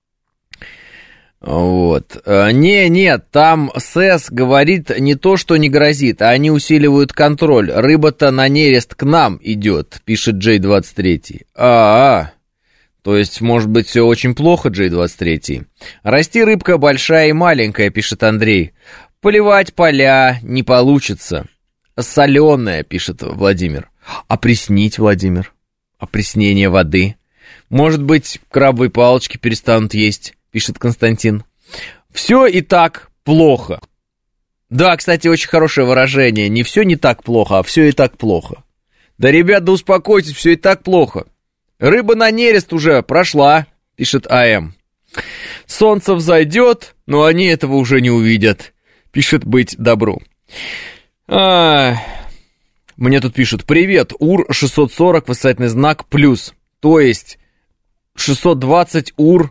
Вот. Не, нет, там СЭС говорит не то, что не грозит, а они усиливают контроль. Рыба-то на нерест к нам идет, пишет Джей двадцать три. А-а, то есть, может быть, все очень плохо, Джей двадцать три. Расти рыбка большая и маленькая, пишет Андрей. Поливать поля не получится. Соленая, пишет Владимир. Опреснить, Владимир. Опреснение воды. Может быть, крабовые палочки перестанут есть, пишет Константин. Все и так плохо. Да, кстати, очень хорошее выражение. Не все не так плохо, а все и так плохо. Да, ребят, да успокойтесь, все и так плохо. Рыба на нерест уже прошла, пишет АМ. Солнце взойдет, но они этого уже не увидят, пишет Быть добру. А, мне тут пишут: привет, УР шестьсот сорок, восклицательный знак, плюс. То есть шестьсот двадцать УР.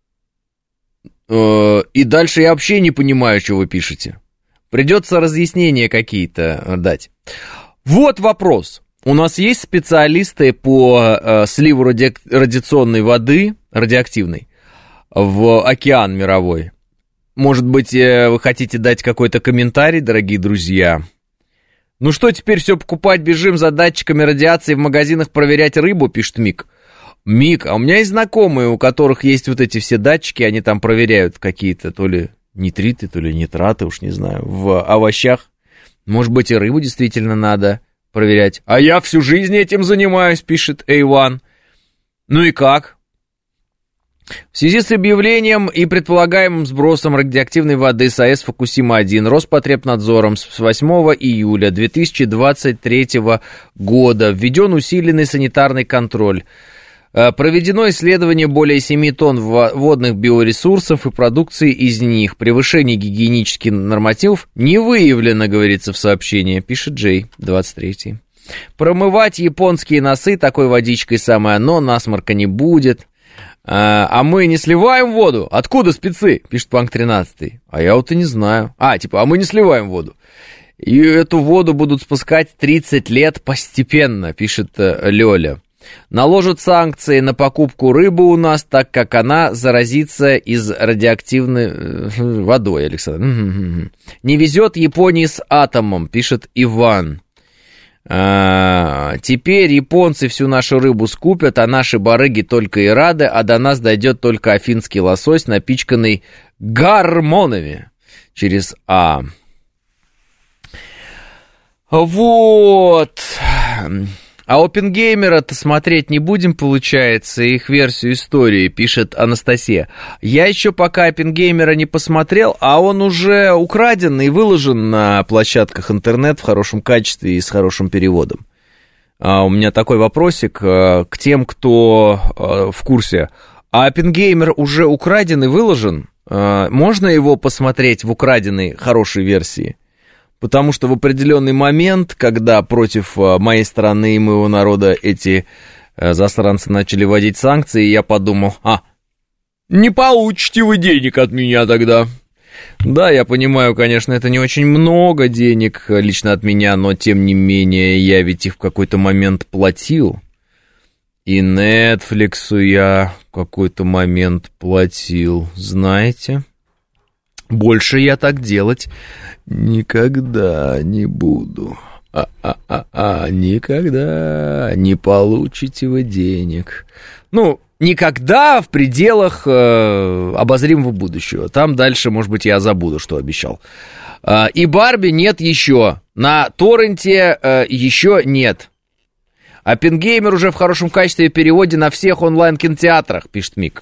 И дальше я вообще не понимаю, что вы пишете. Придется разъяснения какие-то дать. Вот вопрос. У нас есть специалисты по э, сливу ради... радиационной воды, радиоактивной, в океан мировой. Может быть, э, вы хотите дать какой-то комментарий, дорогие друзья? Ну что, теперь все покупать, бежим за датчиками радиации в магазинах проверять рыбу, пишет Мик. Мик, а у меня есть знакомые, у которых есть вот эти все датчики, они там проверяют какие-то то ли нитриты, то ли нитраты, уж не знаю, в овощах. Может быть, и рыбу действительно надо проверять. А я всю жизнь этим занимаюсь, пишет эй один. Ну и как? В связи с объявлением и предполагаемым сбросом радиоактивной воды с АЭС Фукусима-один Роспотребнадзором с восьмого июля две тысячи двадцать третьего года введен усиленный санитарный контроль. Проведено исследование более семи тонн водных биоресурсов и продукции из них. Превышение гигиенических нормативов не выявлено, говорится в сообщении, пишет Джей двадцать три. Промывать японские носы такой водичкой самое оно, насморка не будет. А, а мы не сливаем воду? Откуда спецы? Пишет Панк тринадцать. А я вот и не знаю. А, типа, а мы не сливаем воду. И эту воду будут спускать тридцать лет постепенно, пишет Лёля. Наложат санкции на покупку рыбы у нас, так как она заразится из радиоактивной водой, Александр. Не везет Японии с атомом, пишет Иван. А, теперь японцы всю нашу рыбу скупят, а наши барыги только и рады, а до нас дойдет только афинский лосось, напичканный гормонами через А. Вот. А Оппенгеймера-то смотреть не будем, получается, их версию истории, пишет Анастасия. Я еще пока Оппенгеймера не посмотрел, а он уже украден и выложен на площадках интернет в хорошем качестве и с хорошим переводом. А у меня такой вопросик а, к тем, кто а, в курсе. А Оппенгеймер уже украден и выложен? А, можно его посмотреть в украденной хорошей версии? Потому что в определенный момент, когда против моей страны и моего народа эти засранцы начали вводить санкции, я подумал, а, не получите вы денег от меня тогда. Да, я понимаю, конечно, это не очень много денег лично от меня, но тем не менее я ведь их в какой-то момент платил. И Нетфликсу я в какой-то момент платил, знаете. Больше я так делать никогда не буду. А-а-а-а, никогда не получите вы денег. Ну, никогда в пределах э, обозримого будущего. Там дальше, может быть, я забуду, что обещал. Э, и Барби нет еще. На торренте э, еще нет. Оппенгеймер уже в хорошем качестве и переводе на всех онлайн-кинотеатрах, пишет Мик.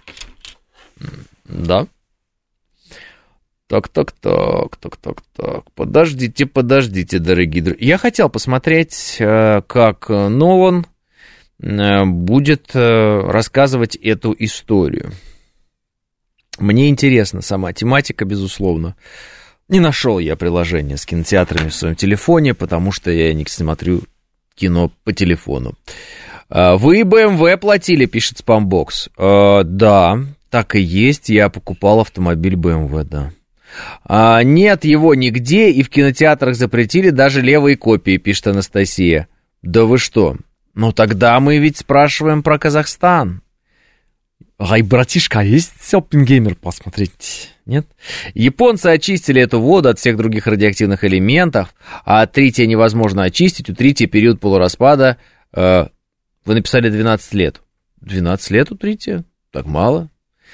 Да. Так, так, так, так, так, так. Подождите, подождите, дорогие друзья. Я хотел посмотреть, как Нолан будет рассказывать эту историю. Мне интересна сама тематика, безусловно. Не нашел я приложение с кинотеатрами в своем телефоне, потому что я не смотрю кино по телефону. Вы бэ эм вэ платили, пишет Спамбокс. Да, так и есть. Я покупал автомобиль бэ эм вэ, да. А, нет его нигде, и в кинотеатрах запретили даже левые копии, пишет Анастасия. Да вы что? Ну тогда мы ведь спрашиваем про Казахстан. Ай, братишка, есть Оппенгеймер посмотреть? Нет? Японцы очистили эту воду от всех других радиоактивных элементов, а трития невозможно очистить. У трития период полураспада, э, вы написали двенадцать лет. двенадцать лет у трития? Так мало?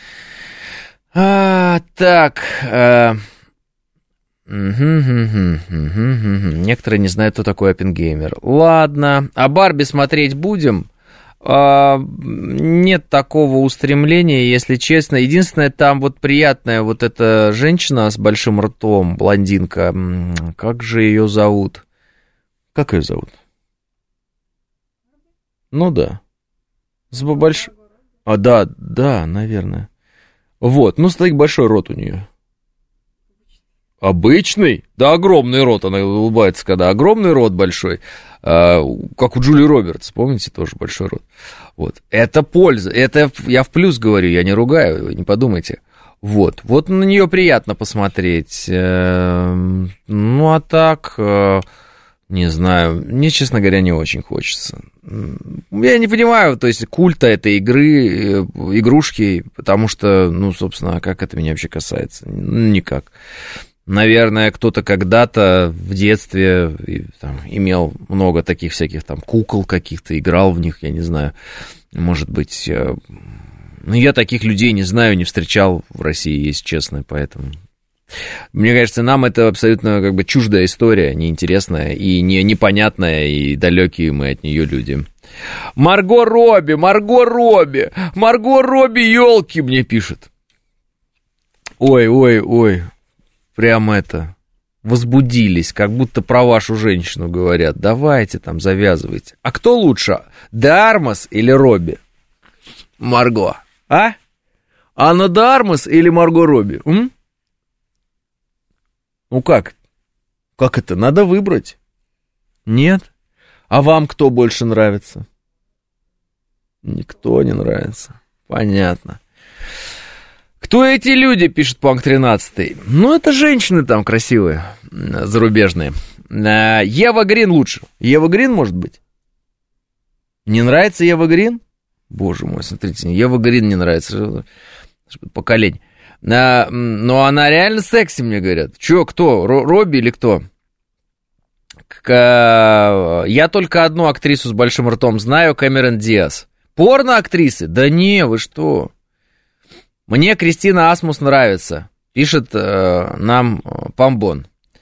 А, так, э, угу, угу, угу, угу. Некоторые не знают, кто такой Оппенгеймер. Ладно, а Барби смотреть будем? А, нет такого устремления, если честно. Единственное, там вот приятная вот эта женщина с большим ртом, блондинка. Как же ее зовут? Как ее зовут? Ну да. С большим... А, да, да, наверное. Вот, ну, стоит большой рот у нее. Обычный? Да, огромный рот, она улыбается, когда огромный рот большой, а, как у Джули Робертс, помните, тоже большой рот. Вот, это польза, это я в плюс говорю, я не ругаю, не подумайте. Вот, вот на нее приятно посмотреть. Ну, а так... Не знаю, мне, честно говоря, не очень хочется. Я не понимаю, то есть, культа этой игры, игрушки, потому что, ну, собственно, как это меня вообще касается? Никак. Наверное, кто-то когда-то в детстве там, имел много таких всяких там кукол каких-то, играл в них, я не знаю, может быть... Ну, я таких людей не знаю, не встречал в России, если честно, поэтому... Мне кажется, нам это абсолютно как бы чуждая история, неинтересная и не, непонятная, и далекие мы от нее люди. Марго Робби, Марго Робби, Марго Робби, елки, мне пишет. Ой, ой, ой, прям это, возбудились, как будто про вашу женщину говорят. Давайте там, завязывайте. А кто лучше, Де Армас или Робби? Марго, а? Анна Де Армас или Марго Робби, м? Ну как? Как это? Надо выбрать. Нет? А вам кто больше нравится? Никто не нравится. Понятно. Кто эти люди, пишет Панк тринадцать. Ну, это женщины там красивые, зарубежные. Ева Грин лучше. Ева Грин, может быть? Не нравится Ева Грин? Боже мой, смотрите, Ева Грин не нравится. Поколение. А, но она реально секси, мне говорят. Чё, кто? Робби или кто? К... Я только одну актрису с большим ртом знаю, Кэмерон Диаз. Порно-актрисы? Да не, вы что? Мне Кристина Асмус нравится, пишет э, нам Памбон.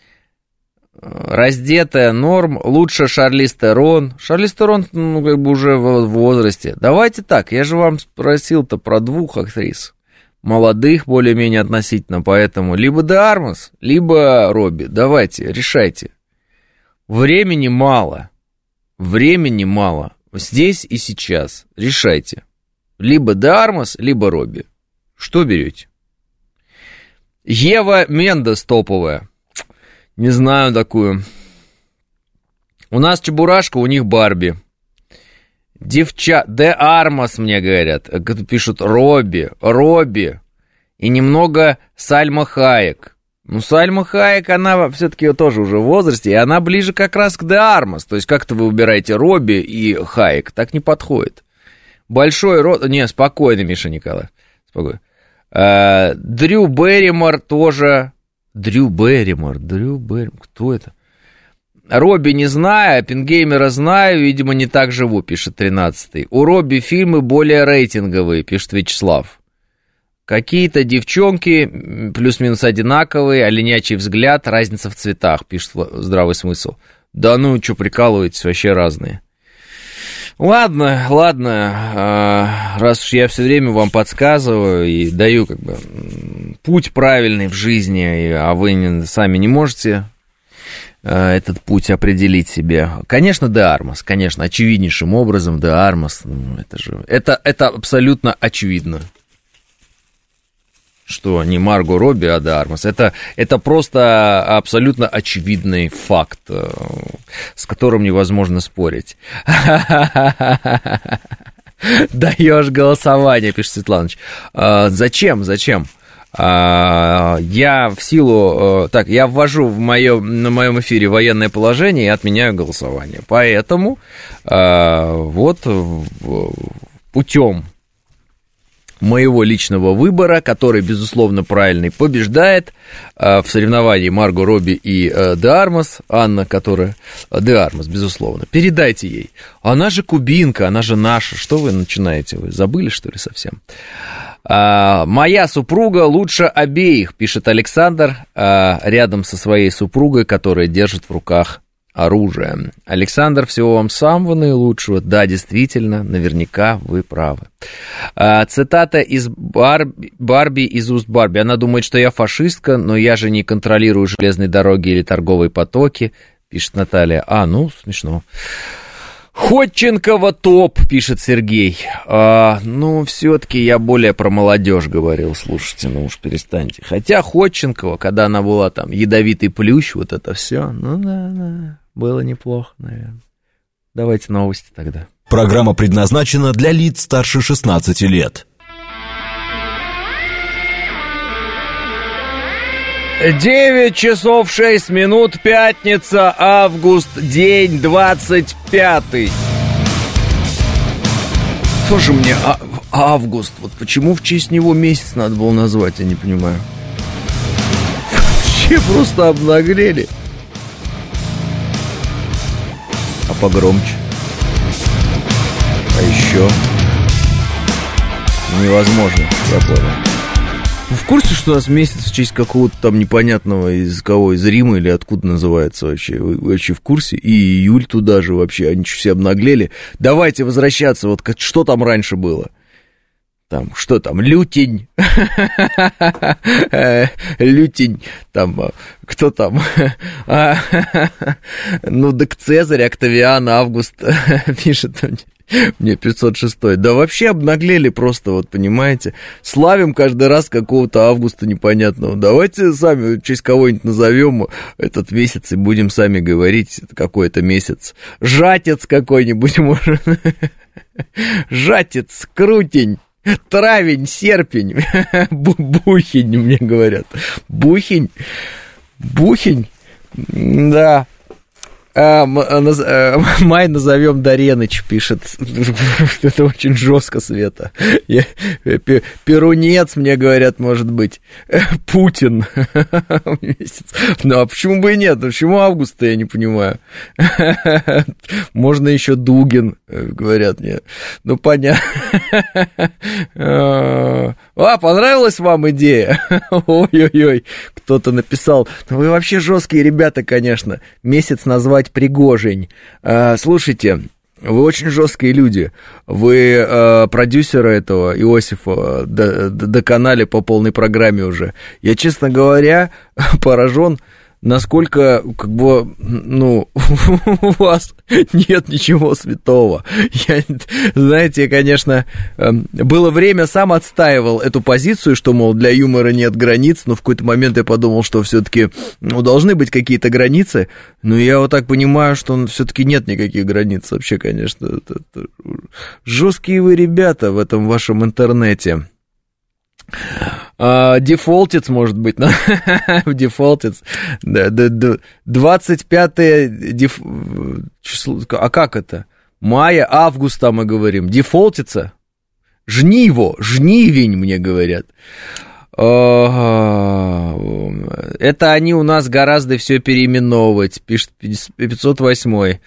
Раздетая норм, лучше Шарлиз Терон. Шарлиз Терон, ну, как бы уже в возрасте. Давайте так, я же вам спросил-то про двух актрис. Молодых, более-менее относительно, поэтому либо Де Армас, либо Робби. Давайте, решайте. Времени мало. Времени мало. Здесь и сейчас. Решайте. Либо Де Армас, либо Робби. Что берете? Ева Мендес топовая. Не знаю такую. У нас Чебурашка, у них Барби. Девча... Де Армас, мне говорят. Пишут Робби, Робби. И немного Сальма Хайек. Ну, Сальма Хайек, она все-таки тоже уже в возрасте, и она ближе как раз к Де Армас. То есть как-то вы выбираете Робби и Хайек. Так не подходит. Большой рот... Не, спокойно, Миша Николаев. Спокойно. А, Дрю Берримор тоже... Дрю Берримор, Дрю Берримор, кто это? Робби не знаю, Оппенгеймера знаю, видимо, не так живу, пишет тринадцатый. У Робби фильмы более рейтинговые, пишет Вячеслав. Какие-то девчонки плюс-минус одинаковые, оленячий взгляд, разница в цветах, пишет Здравый смысл. Да ну, что прикалываетесь, вообще разные. Ладно, ладно, раз уж я все время вам подсказываю и даю как бы путь правильный в жизни, а вы сами не можете этот путь определить себе. Конечно, Де Армас, конечно, очевиднейшим образом Де Армас, ну, это же, это, это абсолютно очевидно. Что не Марго Робби, а Де Армас. Это, это просто абсолютно очевидный факт, с которым невозможно спорить. Даешь голосование, пишет Светланыч. Зачем? Зачем? Я в силу... Так, я ввожу в моем, на моем эфире военное положение и отменяю голосование. Поэтому вот путем моего личного выбора, который, безусловно, правильный, побеждает э, в соревновании Марго Робби и э, Де Армас, Анна, которая... Э, Де Армас, безусловно. Передайте ей. Она же кубинка, она же наша. Что вы начинаете? Вы забыли, что ли, совсем? Э, моя супруга лучше обеих, пишет Александр, э, рядом со своей супругой, которая держит в руках оружие. Александр, всего вам самого наилучшего. Да, действительно, наверняка вы правы. А, цитата из Барби, Барби из уст Барби. Она думает, что я фашистка, но я же не контролирую железные дороги или торговые потоки, пишет Наталья. А, ну, смешно. Ходченкова топ, пишет Сергей. А, ну, все-таки я более про молодежь говорил, слушайте, ну уж перестаньте. Хотя Ходченкова, когда она была там ядовитый плющ, вот это все, ну да, да, было неплохо, наверное. Давайте новости тогда. Программа предназначена для лиц старше шестнадцати лет. девять часов шесть минут, пятница, август, день двадцать пятый. Тоже мне а, август, вот почему в честь него месяц надо было назвать, я не понимаю. Вообще просто обнаглели. А погромче. А еще. Невозможно, я понял. Вы в курсе, что у нас месяц в честь какого-то там непонятного из кого, из Рима или откуда называется вообще? Вы вообще в курсе? И июль туда же вообще, они все обнаглели. Давайте возвращаться, вот что там раньше было? Там, что там, лютень, лютень, там, кто там, ну, так Цезарь, Октавиан, Август, пишет мне пятьсот шестой. Да вообще обнаглели просто, вот понимаете, славим каждый раз какого-то Августа непонятного. Давайте сами в честь кого-нибудь назовем этот месяц и будем сами говорить, какой это месяц. Жатец какой-нибудь, может, жатец, крутень. Травень, серпень, бухень, мне говорят. Бухень, бухень, да. Май назовем Дареныч, пишет. Это очень жестко, Света. Я, Перунец, мне говорят, может быть. Путин. Ну, а почему бы и нет? Почему августа, я не понимаю. Можно еще Дугин, говорят мне. Ну, понятно. А, понравилась вам идея? Ой-ой-ой, кто-то написал. Ну, вы вообще жесткие ребята, конечно. Месяц назвать Пригожень. А, слушайте, вы очень жесткие люди. Вы а, продюсера этого Иосифа доконали по полной программе уже. Я, честно говоря, поражен, насколько, как бы, ну, у вас нет ничего святого. Я, знаете, я, конечно, было время, сам отстаивал эту позицию, что, мол, для юмора нет границ, но в какой-то момент я подумал, что все-таки, ну, должны быть какие-то границы, но я вот так понимаю, что все-таки нет никаких границ вообще, конечно. Это, это... Жесткие вы ребята в этом вашем интернете. Дефолтец, uh, может быть, дефолтец, да, да, да, двадцать пятое деф... число, а как это? Мая, августа мы говорим, дефолтица, жниво, жнивень, мне говорят. Uh, это они у нас гораздо все переименовывать, пишет пятьсот восьмой.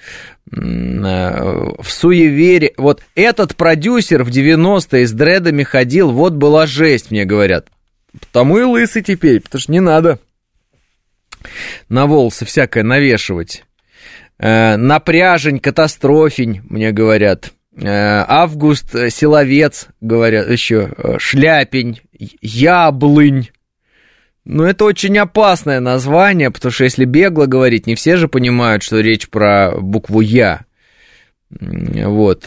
В суевере. Вот этот продюсер в девяностые с дредами ходил, вот была жесть, мне говорят. Потому и лысый теперь, потому что не надо на волосы всякое навешивать. Напряжень, катастрофень, мне говорят. Август, силовец, говорят еще. Шляпень, яблынь. Ну, это очень опасное название, потому что если бегло говорить, не все же понимают, что речь про букву «Я». Вот.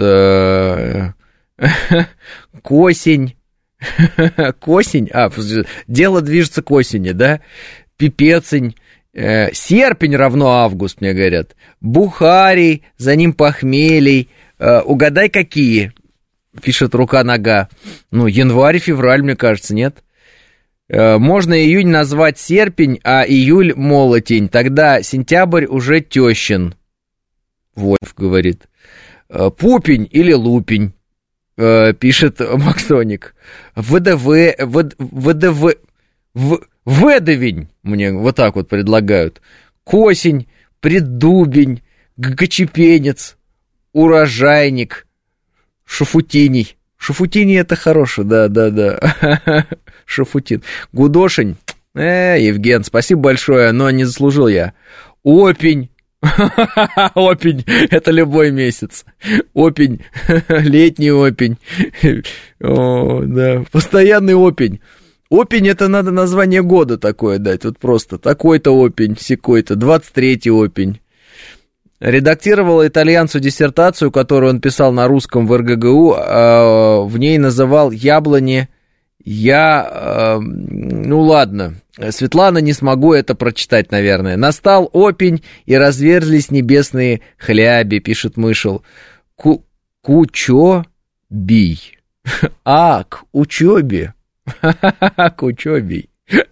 Косень. Косень. А, дело движется к осени, да? Пипецень. Серпень равно август, мне говорят. Бухарий, за ним похмелий. Угадай, какие? Пишет рука-нога. Ну, январь-февраль, мне кажется, нет? Можно июнь назвать серпень, а июль молотень. Тогда сентябрь уже тещин. Вольф говорит. Пупень или лупень, пишет Максоник. ВДВ, ВДВ, Ведовень мне вот так вот предлагают. Косень, преддубень, гачепенец, урожайник, шафутиний. Шафутиний это хорошо, да-да-да. Шафутин. Гудошень. Э, Евген, спасибо большое, но не заслужил я. Опень. Опень. Это любой месяц. Опень. Летний опень. О, да. Постоянный опень. Опень это надо название года такое дать. Вот просто. Такой-то опень, сякой-то. двадцать третий опень. Редактировал итальянцу диссертацию, которую он писал на русском в эр гэ гэ у, э, в ней называл яблони. Я, э, ну ладно, Светлана, не смогу это прочитать, наверное. Настал опень, и разверзлись небесные хляби, пишет Мышел. Ку- Кучобий. А, к учебе. К учебе.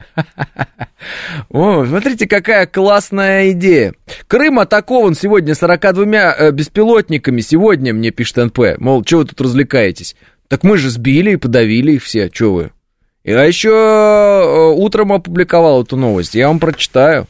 О, смотрите, какая классная идея. Крым атакован сегодня сорока двумя беспилотниками. Сегодня, мне пишет эн пэ. Мол, что вы тут развлекаетесь? Так мы же сбили и подавили их все. Что вы? Я еще утром опубликовал эту новость. Я вам прочитаю.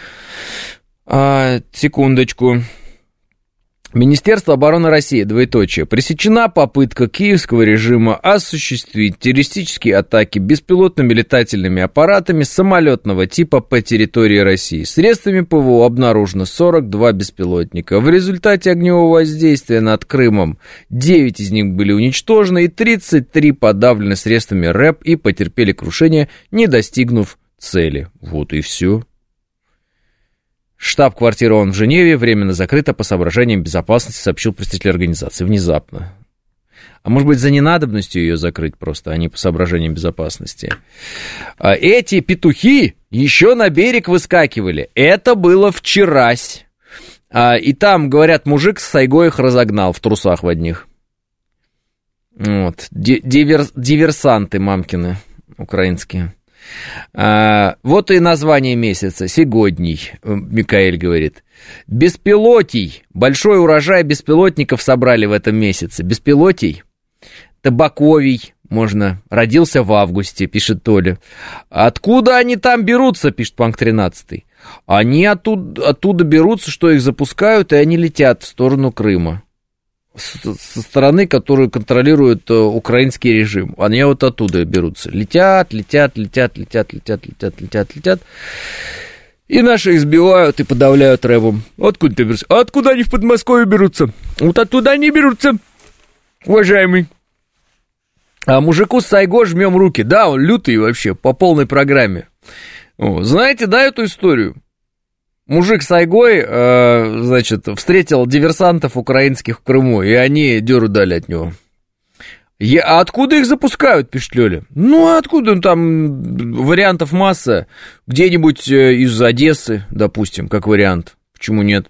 А, секундочку. Министерство обороны России, двоеточие, пресечена попытка киевского режима осуществить террористические атаки беспилотными летательными аппаратами самолетного типа по территории России. Средствами пэ вэ о обнаружено сорок два беспилотника. В результате огневого воздействия над Крымом девять из них были уничтожены и тридцать три подавлены средствами рэп и потерпели крушение, не достигнув цели. Вот и все. Штаб-квартира ООН в Женеве временно закрыта по соображениям безопасности, сообщил представитель организации. Внезапно. А может быть, за ненадобностью ее закрыть просто, а не по соображениям безопасности. А эти петухи еще на берег выскакивали. Это было вчерась. А, и там, говорят, мужик с сайгой их разогнал в трусах в одних. Вот. Дивер... Диверсанты мамкины украинские. А, вот и название месяца, сегодня, Микаэль говорит. Беспилотий, большой урожай беспилотников собрали в этом месяце. Беспилотий, табаковий, можно, родился в августе, пишет Толя. Откуда они там берутся, пишет Панк тринадцатый. Они оттуда, оттуда берутся, что их запускают, и они летят в сторону Крыма. Со стороны, которую контролирует украинский режим. Они вот оттуда берутся. Летят, летят, летят, летят, летят, летят, летят, летят. И наши их сбивают и подавляют рэвом. Откуда берутся? А откуда они в Подмосковье берутся? Вот оттуда они берутся, уважаемый. А мужику с Сайго жмем руки. Да, он лютый вообще, по полной программе. О, знаете, да, эту историю? Мужик с Айгой, э, значит, встретил диверсантов украинских в Крыму, и они дёру дали от него. Я, а откуда их запускают, пишет Лёля? Ну, а откуда? Там вариантов масса. Где-нибудь из Одессы, допустим, как вариант. Почему нет?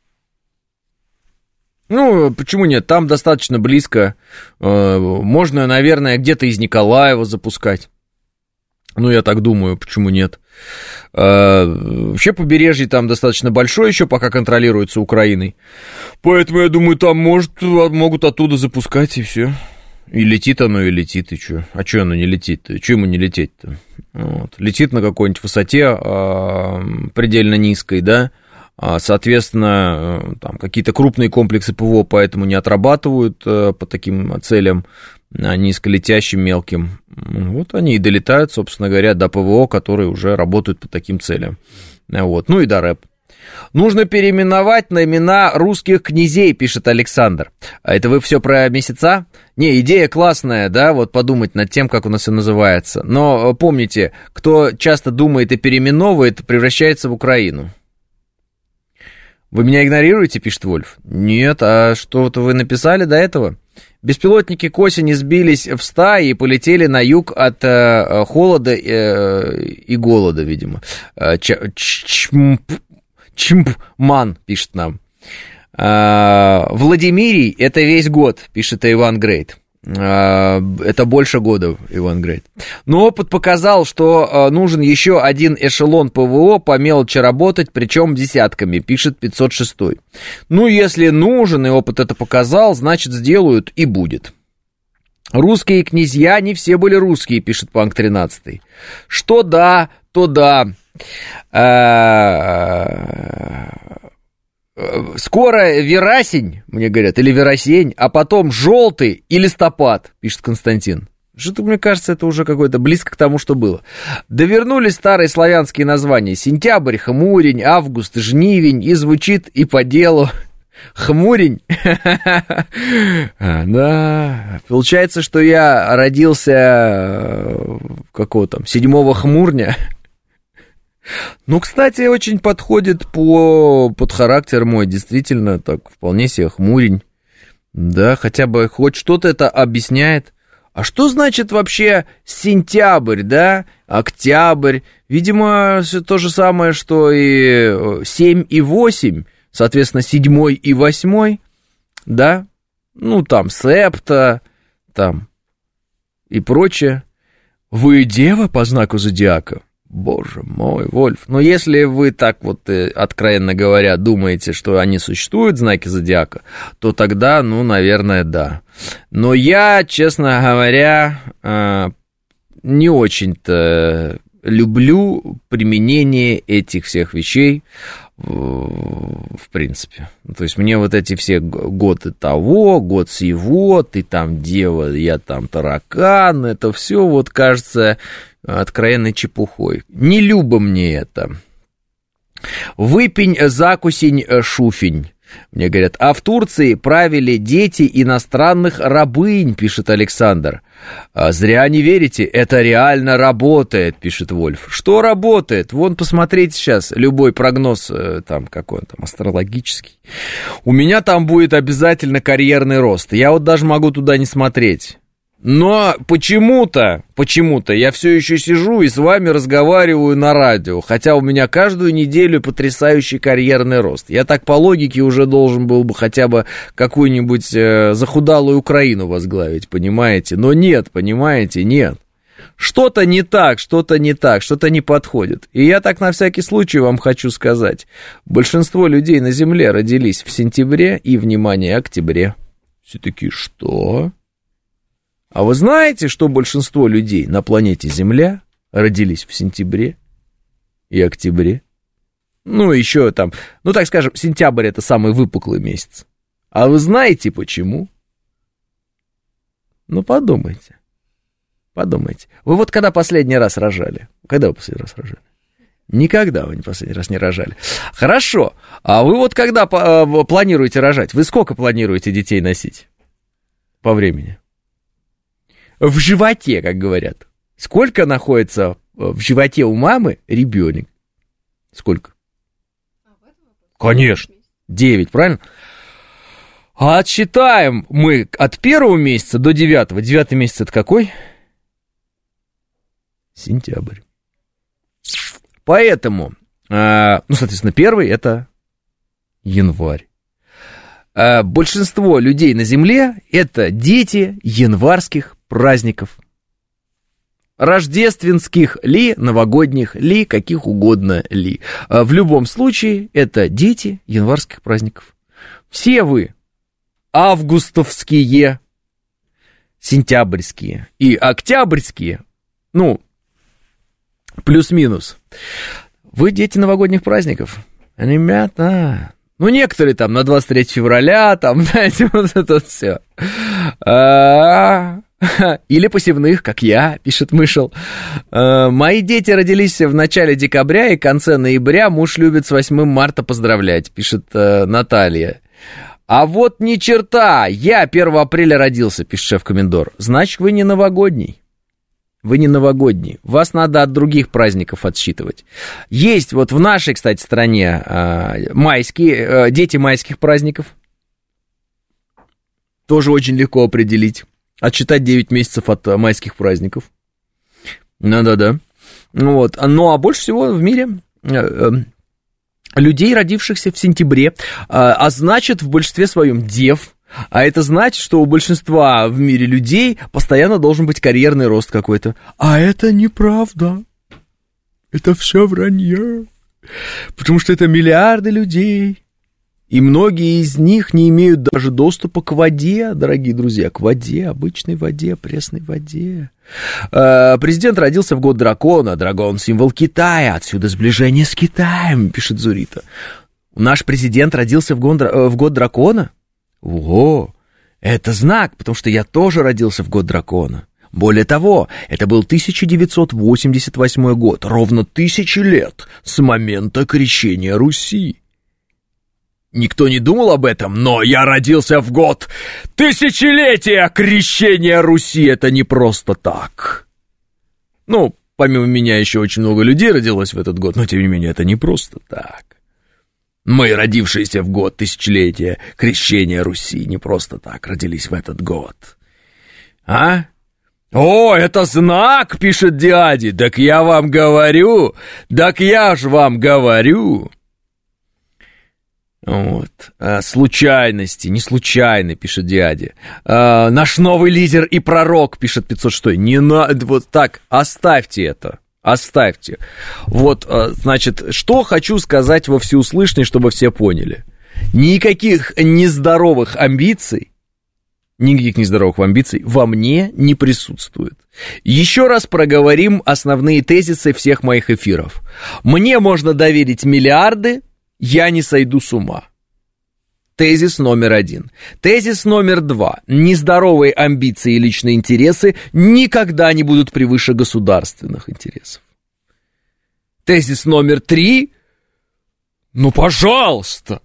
Ну, почему нет? Там достаточно близко. Э, можно, наверное, где-то из Николаева запускать. Ну, я так думаю, почему нет? А, вообще побережье там достаточно большое еще, пока контролируется Украиной. Поэтому, я думаю, там может, могут оттуда запускать, и все. И летит оно, и летит, и что? А что оно не летит-то? Чего ему не лететь-то? Вот. Летит на какой-нибудь высоте а, предельно низкой, да? А, соответственно, там какие-то крупные комплексы ПВО поэтому не отрабатывают а, по таким целям, низколетящим, мелким. Вот они и долетают, собственно говоря, до ПВО, которые уже работают по таким целям. Вот. Ну и до рэп. Нужно переименовать на имена русских князей, пишет Александр. А это вы все про месяца? Не, идея классная, да, вот подумать над тем, как у нас все называется. Но помните, кто часто думает и переименовывает, превращается в Украину. Вы меня игнорируете, пишет Вольф? Нет, а что-то вы написали до этого? Беспилотники к осени сбились в стаи и полетели на юг от э, холода э, и голода, видимо. Чмпман пишет нам. Э, Владимирий — это весь год, пишет Иван Грейт. Э, это больше года, Иван Грейт. Но опыт показал, что э, нужен еще один эшелон ПВО по мелочи работать, причем десятками, пишет пятьсот шестой. Ну, если нужен, и опыт это показал, значит, сделают и будет. Русские князья не все были русские, пишет Панк тринадцатый. Что да, то да. Скоро верасень, мне говорят, или веросень, а потом желтый и листопад, пишет Константин. Что-то, мне кажется, это уже какое-то близко к тому, что было. Довернулись старые славянские названия. Сентябрь, хмурень, август, жнивень, и звучит и по делу. Хмурень. Да. Получается, что я родился какого там, седьмого хмурня. Ну, кстати, очень подходит по, под характер мой, действительно, так, вполне себе хмурень. Да, хотя бы хоть что-то это объясняет. А что значит вообще сентябрь, да, октябрь? Видимо, все то же самое, что и семь и восемь, соответственно, седьмой и восьмой, да? Ну, там, септа, там, и прочее. Вы дева по знаку зодиака? Боже мой, Вольф. Но если вы так вот, откровенно говоря, думаете, что они существуют, знаки зодиака, то тогда, ну, наверное, да. Но я, честно говоря, не очень-то люблю применение этих всех вещей, в принципе. То есть мне вот эти все годы того, год сего, ты там дева, я там таракан, это все вот кажется откровенной чепухой. Не любо мне это. Выпень, закусень, шуфень. Мне говорят, а в Турции правили дети иностранных рабынь, пишет Александр. А зря не верите, это реально работает, пишет Вольф. Что работает? Вон, посмотрите сейчас, любой прогноз, там, какой он там, астрологический. У меня там будет обязательно карьерный рост. Я вот даже могу туда не смотреть. Но почему-то, почему-то я все еще сижу и с вами разговариваю на радио, хотя у меня каждую неделю потрясающий карьерный рост. Я так по логике уже должен был бы хотя бы какую-нибудь э, захудалую Украину возглавить, понимаете? Но нет, понимаете, нет. Что-то не так, что-то не так, что-то не подходит. И я так на всякий случай вам хочу сказать. Большинство людей на Земле родились в сентябре и, внимание, октябре. Все такие, что? А вы знаете, что большинство людей на планете Земля родились в сентябре и октябре? Ну, еще там, ну, так скажем, сентябрь — это самый выпуклый месяц. А вы знаете, почему? Ну, подумайте. Подумайте. Вы вот когда последний раз рожали? Когда вы последний раз рожали? Никогда вы не последний раз не рожали. Хорошо. А вы вот когда планируете рожать? Вы сколько планируете детей носить? По времени? В животе, как говорят. Сколько находится в животе у мамы ребенок? Сколько? Конечно. Девять, правильно? А отсчитаем мы от первого месяца до девятого. Девятый месяц — это какой? Сентябрь. Поэтому, э, ну, соответственно, первый — это январь. Э, большинство людей на Земле — это дети январских праздников. Рождественских ли, новогодних ли, каких угодно ли. Э, в любом случае, это дети январских праздников. Все вы августовские, сентябрьские и октябрьские, ну, плюс-минус, вы дети новогодних праздников. Ребята, ну, некоторые там на двадцать третьего февраля, там, знаете, вот это все. Или посевных, как я, пишет Мышел. Мои дети родились в начале декабря и конце ноября. Муж любит с восьмым марта поздравлять, пишет Наталья. А вот ни черта, я первого апреля родился, пишет шеф-комендор. Значит, вы не новогодний. Вы не новогодний. Вас надо от других праздников отсчитывать. Есть вот в нашей, кстати, стране э, майские, э, дети майских праздников. Тоже очень легко определить. Отсчитать девять месяцев от э, майских праздников. Да-да-да. Вот. Ну, а больше всего в мире э, э, людей, родившихся в сентябре, э, а значит, в большинстве своем дев. А это значит, что у большинства в мире людей постоянно должен быть карьерный рост какой-то. А это неправда. Это все вранье. Потому что это миллиарды людей. И многие из них не имеют даже доступа к воде, дорогие друзья. К воде, обычной воде, пресной воде. Президент родился в год дракона. Дракон — символ Китая. Отсюда сближение с Китаем, пишет Зурита. Наш президент родился в год, в год дракона? Ого, это знак, потому что я тоже родился в год дракона. Более того, это был тысяча девятьсот восемьдесят восьмой год, ровно тысячи лет с момента крещения Руси. Никто не думал об этом, но я родился в год тысячелетия крещения Руси. Это не просто так. Ну, помимо меня еще очень много людей родилось в этот год, но тем не менее это не просто так. Мы, родившиеся в год тысячелетия крещения Руси, не просто так родились в этот год. А? О, это знак, пишет Диади. Так я вам говорю, так я ж вам говорю. Вот. А, случайности, не случайно, пишет Диади. А, наш новый лидер и пророк, пишет пятьсот шестой. Не надо, вот так, оставьте это. Оставьте. Вот, значит, что хочу сказать во всеуслышание, чтобы все поняли. Никаких нездоровых амбиций, никаких нездоровых амбиций во мне не присутствует. Еще раз проговорим основные тезисы всех моих эфиров. Мне можно доверить миллиарды, я не сойду с ума. Тезис номер один. Тезис номер два. Нездоровые амбиции и личные интересы никогда не будут превыше государственных интересов. Тезис номер три. Ну, пожалуйста.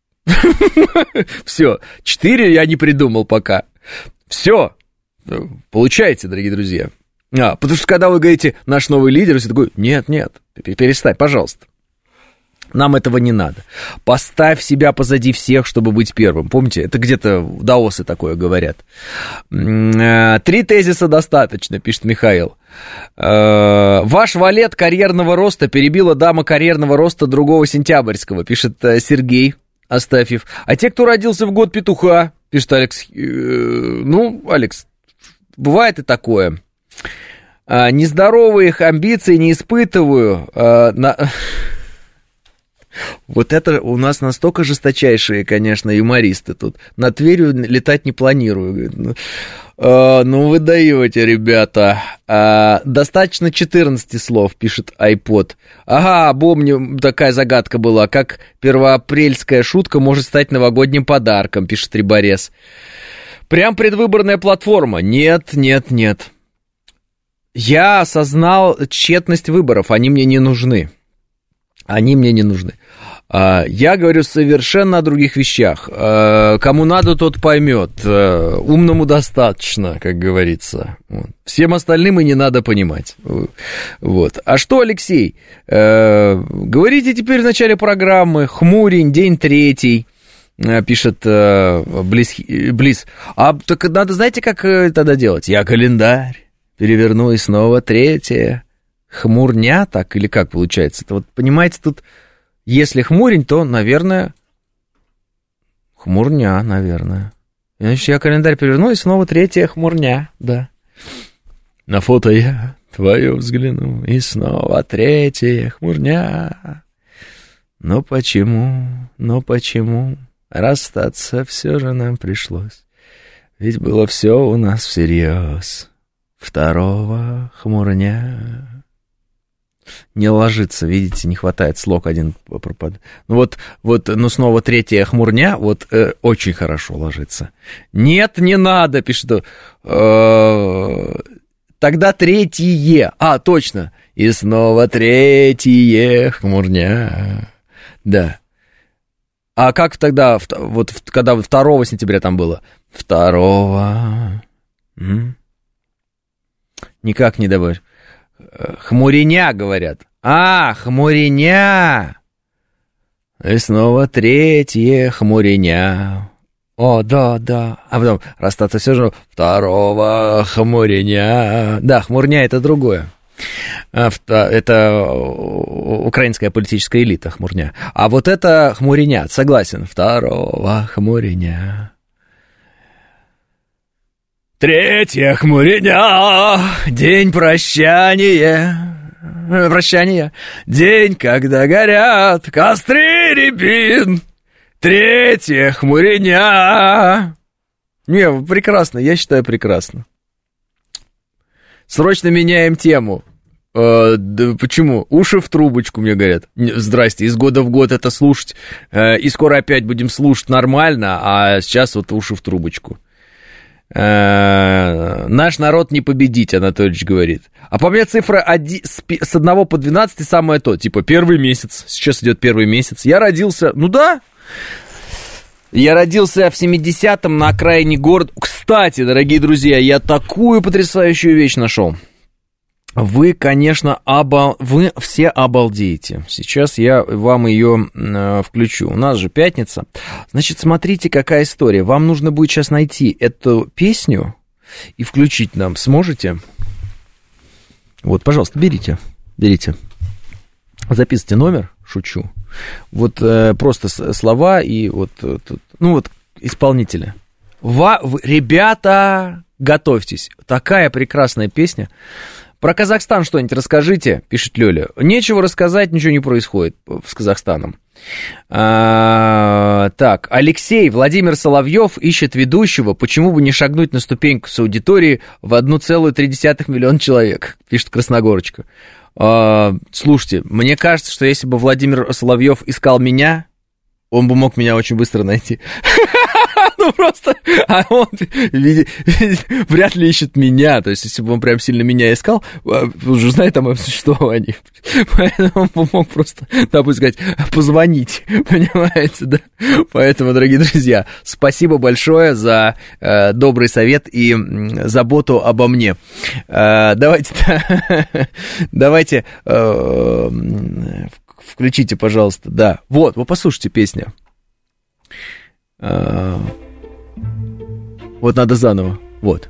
Все. Четыре я не придумал пока. Все. Получайте, дорогие друзья. А, потому что когда вы говорите «наш новый лидер», все такой «нет, нет, перестань, пожалуйста». Нам этого не надо. Поставь себя позади всех, чтобы быть первым. Помните, это где-то даосы такое говорят. Три тезиса достаточно, пишет Михаил. Ваш валет карьерного роста перебила дама карьерного роста другого сентябрьского, пишет Сергей Астафьев. А те, кто родился в год петуха, пишет Алекс. Ну, Алекс, бывает и такое. А, нездоровых амбиций не испытываю. А, на... Вот это у нас настолько жесточайшие, конечно, юмористы тут. Над Тверью летать не планирую. А, ну, вы даете, ребята. А, достаточно четырнадцать слов, пишет iPod. Ага, помню, такая загадка была. Как первоапрельская шутка может стать новогодним подарком, пишет Риборез. Прям предвыборная платформа. Нет, нет, нет. Я осознал тщетность выборов, они мне не нужны. Они мне не нужны. Я говорю совершенно о других вещах. Кому надо, тот поймет. Умному достаточно, как говорится. Всем остальным и не надо понимать. Вот. А что, Алексей? Говорите теперь в начале программы. Хмурень, день третий. Пишет Близ. Близ. А так надо, знаете, как тогда делать? Я календарь переверну, и снова третье. Хмурня, так или как получается? Это вот, понимаете, тут, если хмурень, то, наверное, хмурня, наверное. Значит, я календарь переверну, и снова третья хмурня, да. На фото я твое взгляну, и снова третья хмурня. Но почему, но почему расстаться все же нам пришлось? Ведь было все у нас всерьез. Второго хмурня. Не ложится, видите, не хватает, слог один пропадает. Ну вот, вот, ну снова третья хмурня, вот э, очень хорошо ложится. Нет, не надо, пишет. Э, тогда третье. А, точно. И снова третье хмурня. Да. А как тогда, вот когда второго сентября там было? Второго. М? Никак не добавишь. Хмуреня, говорят. А, хмуреня. И снова третье хмуреня. О, да, да. А потом расстаться все же второго хмуреня. Да, хмурня — это другое. Это украинская политическая элита, хмурня. А вот это хмуреня, согласен. Второго хмуреня. Третья хмуреня, день прощания, прощания, день, когда горят костры рябин. Третья хмуреня. Не, прекрасно, я считаю, прекрасно. Срочно меняем тему. Э, да, почему? Уши в трубочку, мне говорят. Здрасте, из года в год это слушать. Э, и скоро опять будем слушать нормально, а сейчас вот уши в трубочку. Э, наш народ не победить, Анатольевич говорит. А по мне цифра один, с одного по двенадцать самое то. Типа первый месяц. Сейчас идет первый месяц. Я родился, ну да. Я родился в семидесятом на окраине города. Кстати, дорогие друзья, я такую потрясающую вещь нашел. Вы, конечно, обал... вы все обалдеете. Сейчас я вам ее э, включу. У нас же пятница. Значит, смотрите, какая история. Вам нужно будет сейчас найти эту песню и включить нам. Сможете? Вот, пожалуйста, берите. Берите. Записывайте номер. Шучу. Вот э, просто слова и вот, э, тут, ну вот, исполнители. Ва... Ребята, готовьтесь. Такая прекрасная песня. Про Казахстан что-нибудь расскажите, пишет Лёля. Нечего рассказать, ничего не происходит с Казахстаном. А, так, Алексей, Владимир Соловьев ищет ведущего. Почему бы не шагнуть на ступеньку с аудиторией в одна целая три десятых миллиона человек, пишет Красногорочка. А, слушайте, мне кажется, что если бы Владимир Соловьев искал меня, он бы мог меня очень быстро найти. Ну, просто, а он вряд ли ищет меня. То есть, если бы он прям сильно меня искал, уже знает о моем существовании. Поэтому он мог просто, да, пусть сказать, позвонить. Понимаете, да? Поэтому, дорогие друзья, спасибо большое за э, добрый совет и заботу обо мне. Э, давайте, давайте, э, включите, пожалуйста, да. Вот, вы послушайте песню. Uh, вот надо заново. Вот.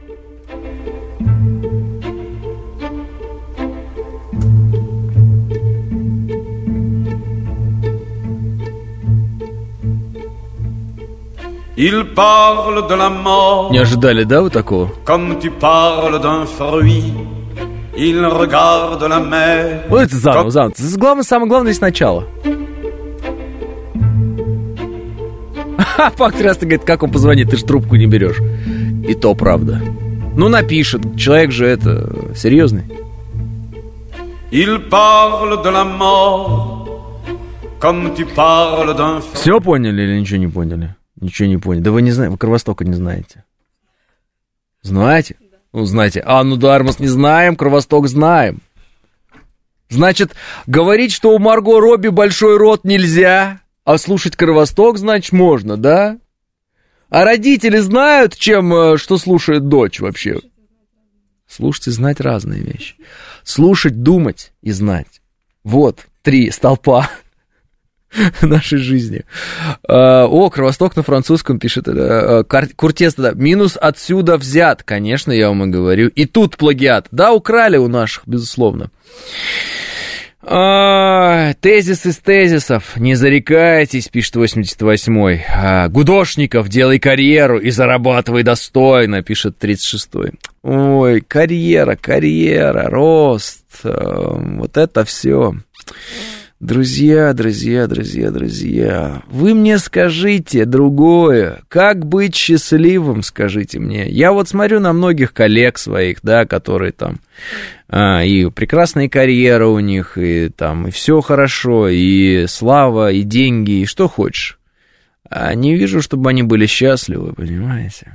Il parle de la mort. Не ожидали, да, вот такого? Comme tu parles d'un fruit Вот это заново, заново. Главное, самое главное здесь начало. А Пак Трясный говорит, как он позвонит, ты ж трубку не берешь. И то правда. Ну, напишет. Человек же это серьезный. Все поняли или ничего не поняли? Ничего не поняли. Да вы не знаете, вы Кровостока не знаете. Знаете? Ну, знаете. Анну Дармас не знаем, Кровосток знаем. Значит, говорить, что у Марго Робби большой рот нельзя, а слушать Кровосток, значит, можно, да? А родители знают, чем, что слушает дочь вообще? Слушать и знать разные вещи. Слушать, думать и знать. Вот три столпа нашей жизни. О, Кровосток на французском пишет. Куртес, да, минус отсюда взят. Конечно, я вам и говорю. И тут плагиат. Да, украли у наших, безусловно. А, тезис из тезисов. Не зарекайтесь, пишет восемьдесят восьмой. А, Гудошников, делай карьеру и зарабатывай достойно, пишет тридцать шестой. Ой, карьера, карьера, рост. Вот это все. Друзья, друзья, друзья, друзья, вы мне скажите другое, как быть счастливым, скажите мне. Я вот смотрю на многих коллег своих, да, которые там, а, и прекрасная карьера у них, и там, и все хорошо, и слава, и деньги, и что хочешь. А не вижу, чтобы они были счастливы, понимаете?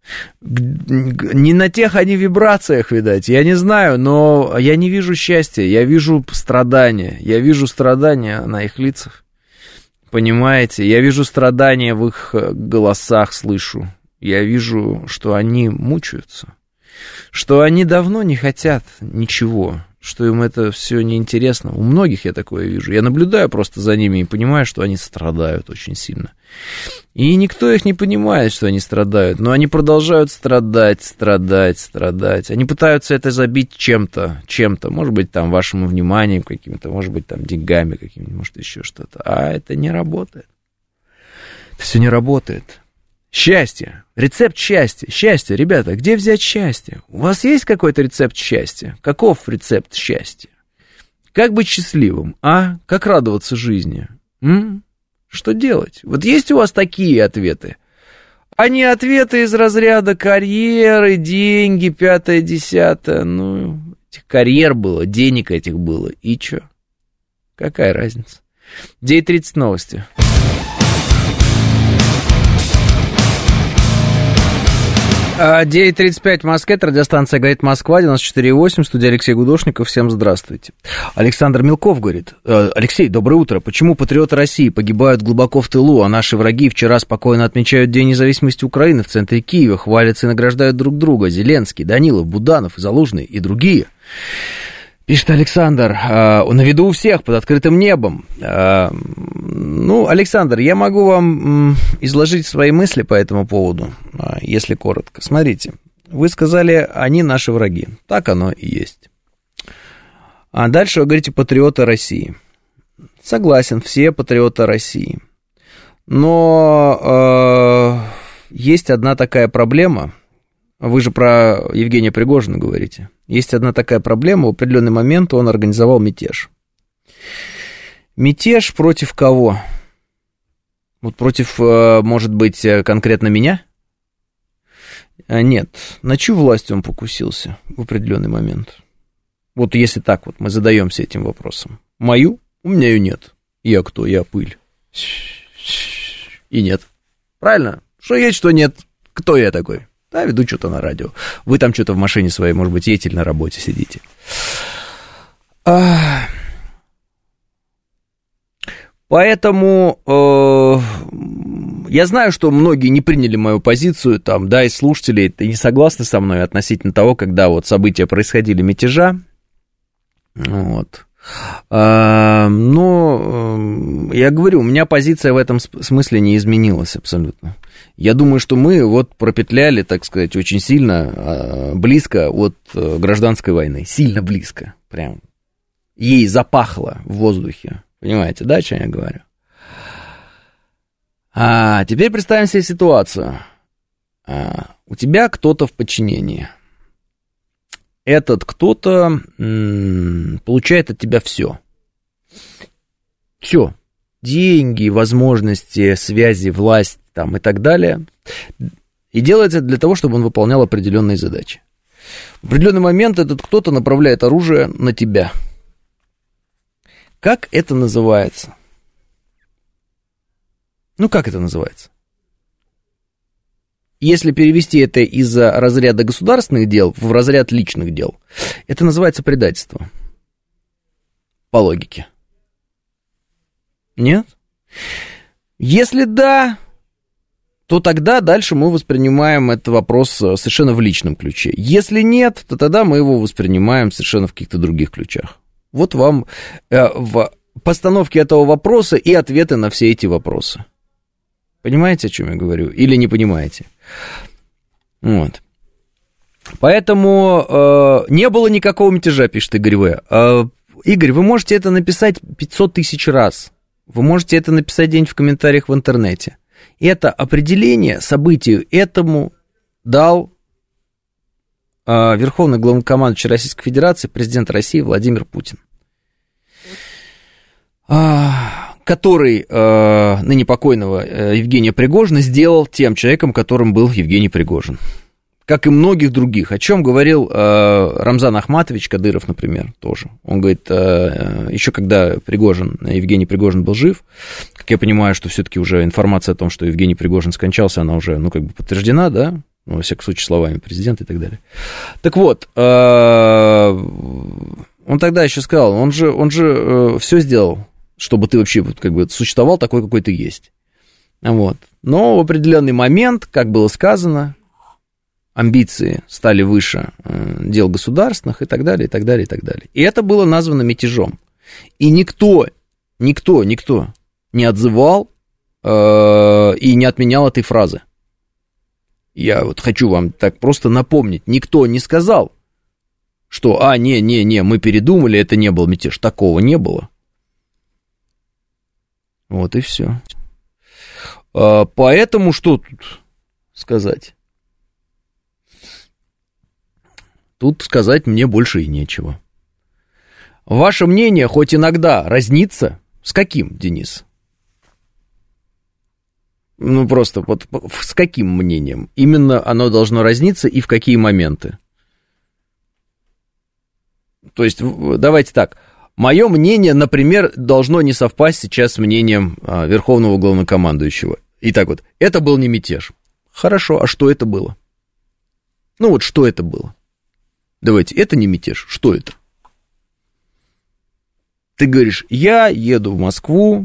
Не на тех они вибрациях, видать, я не знаю, но я не вижу счастья, я вижу страдания, я вижу страдания на их лицах, понимаете, я вижу страдания в их голосах, слышу, я вижу, что они мучаются, что они давно не хотят ничего, что им это все неинтересно, у многих я такое вижу, я наблюдаю просто за ними и понимаю, что они страдают очень сильно. И никто их не понимает, что они страдают, но они продолжают страдать, страдать, страдать. Они пытаются это забить чем-то, чем-то, может быть, там, вашим вниманием каким-то, может быть, там, деньгами какими-то, может, еще что-то. А это не работает. Это все не работает. Счастье, рецепт счастья, счастье, ребята, где взять счастье? У вас есть какой-то рецепт счастья? Каков рецепт счастья? Как быть счастливым, а? Как радоваться жизни? М? Что делать? Вот есть у вас такие ответы? А не ответы из разряда карьеры, деньги, пятое, десятое. Ну, этих карьер было, денег этих было. И чё? Какая разница? девять тридцать новости. девять тридцать пять в Москве, радиостанция «Говорит Москва», девяносто четыре и восемь, студия Алексей Гудошников, всем здравствуйте. Александр Мелков говорит: Алексей, доброе утро, почему патриоты России погибают глубоко в тылу, а наши враги вчера спокойно отмечают День независимости Украины в центре Киева, хвалятся и награждают друг друга, Зеленский, Данилов, Буданов, Залужный и другие? Пишет Александр, на виду у всех, под открытым небом. Ну, Александр, я могу вам изложить свои мысли по этому поводу, если коротко. Смотрите, вы сказали, они наши враги. Так оно и есть. А дальше вы говорите, патриоты России. Согласен, все патриоты России. Но э, есть одна такая проблема. Вы же про Евгения Пригожина говорите. Есть одна такая проблема. В определенный момент он организовал мятеж. Мятеж против кого? Вот против, может быть, конкретно меня? Нет. На чью власть он покусился в определенный момент? Вот если так вот мы задаемся этим вопросом. Мою? У меня ее нет. Я кто? Я пыль. И нет. Правильно? Что есть, что нет. Кто я такой? Да, веду что-то на радио. Вы там что-то в машине своей, может быть, едете или на работе сидите. А... Поэтому э, я знаю, что многие не приняли мою позицию, там, да, из слушателей не согласны со мной относительно того, когда вот события происходили, мятежа. Вот. А, но я говорю, у меня позиция в этом смысле не изменилась абсолютно. Я думаю, что мы вот пропетляли, так сказать, очень сильно близко от гражданской войны. Сильно близко. Прям ей запахло в воздухе. Понимаете, да, о чем я говорю? А теперь представим себе ситуацию. А, у тебя кто-то в подчинении. этот кто-то м- получает от тебя все. Все. Деньги, возможности, связи, власть там, и так далее. И делается это для того, чтобы он выполнял определенные задачи. В определенный момент этот кто-то направляет оружие на тебя. Как это называется? Ну, как это называется? Если перевести это из разряда государственных дел в разряд личных дел, это называется предательство. По логике. Нет? Если да, то тогда дальше мы воспринимаем этот вопрос совершенно в личном ключе. Если нет, то тогда мы его воспринимаем совершенно в каких-то других ключах. Вот вам э, в постановке этого вопроса и ответы на все эти вопросы. Понимаете, о чем я говорю? Или не понимаете? Вот. Поэтому э, не было никакого мятежа, пишет Игорь В. Э, Игорь, вы можете это написать пятьсот тысяч раз. Вы можете это написать где-нибудь в комментариях в интернете. Это определение событию этому дал э, Верховный Главнокомандующий Российской Федерации, президент России Владимир Путин. А, который э, ныне покойного э, Евгения Пригожина сделал тем человеком, которым был Евгений Пригожин. Как и многих других. О чем говорил э, Рамзан Ахматович Кадыров, например, тоже. Он говорит, э, еще когда Пригожин, Евгений Пригожин был жив, как я понимаю, что все-таки уже информация о том, что Евгений Пригожин скончался, она уже, ну, как бы подтверждена, да, ну, во всяком случае, словами президента и так далее. Так вот, э, он тогда еще сказал, он же, он же э, все сделал, чтобы ты вообще как бы существовал такой, какой ты есть. Вот. Но в определенный момент, как было сказано, амбиции стали выше дел государственных и так далее, и так далее, и так далее. И это было названо мятежом. И никто, никто, никто не отзывал э, и не отменял этой фразы. Я вот хочу вам так просто напомнить. Никто не сказал, что, а, не, не, не, мы передумали, это не был мятеж. Такого не было. Вот и все. Э, поэтому что тут сказать? Тут сказать мне больше и нечего. Ваше мнение хоть иногда разнится? С каким, Денис? Ну, просто вот с каким мнением? Именно оно должно разниться и в какие моменты? То есть, давайте так. Мое мнение, например, должно не совпасть сейчас с мнением а, Верховного Главнокомандующего. Итак, вот, это был не мятеж. Хорошо, а что это было? Ну, вот что это было? Давайте, это не мятеж. Что это? Ты говоришь, я еду в Москву,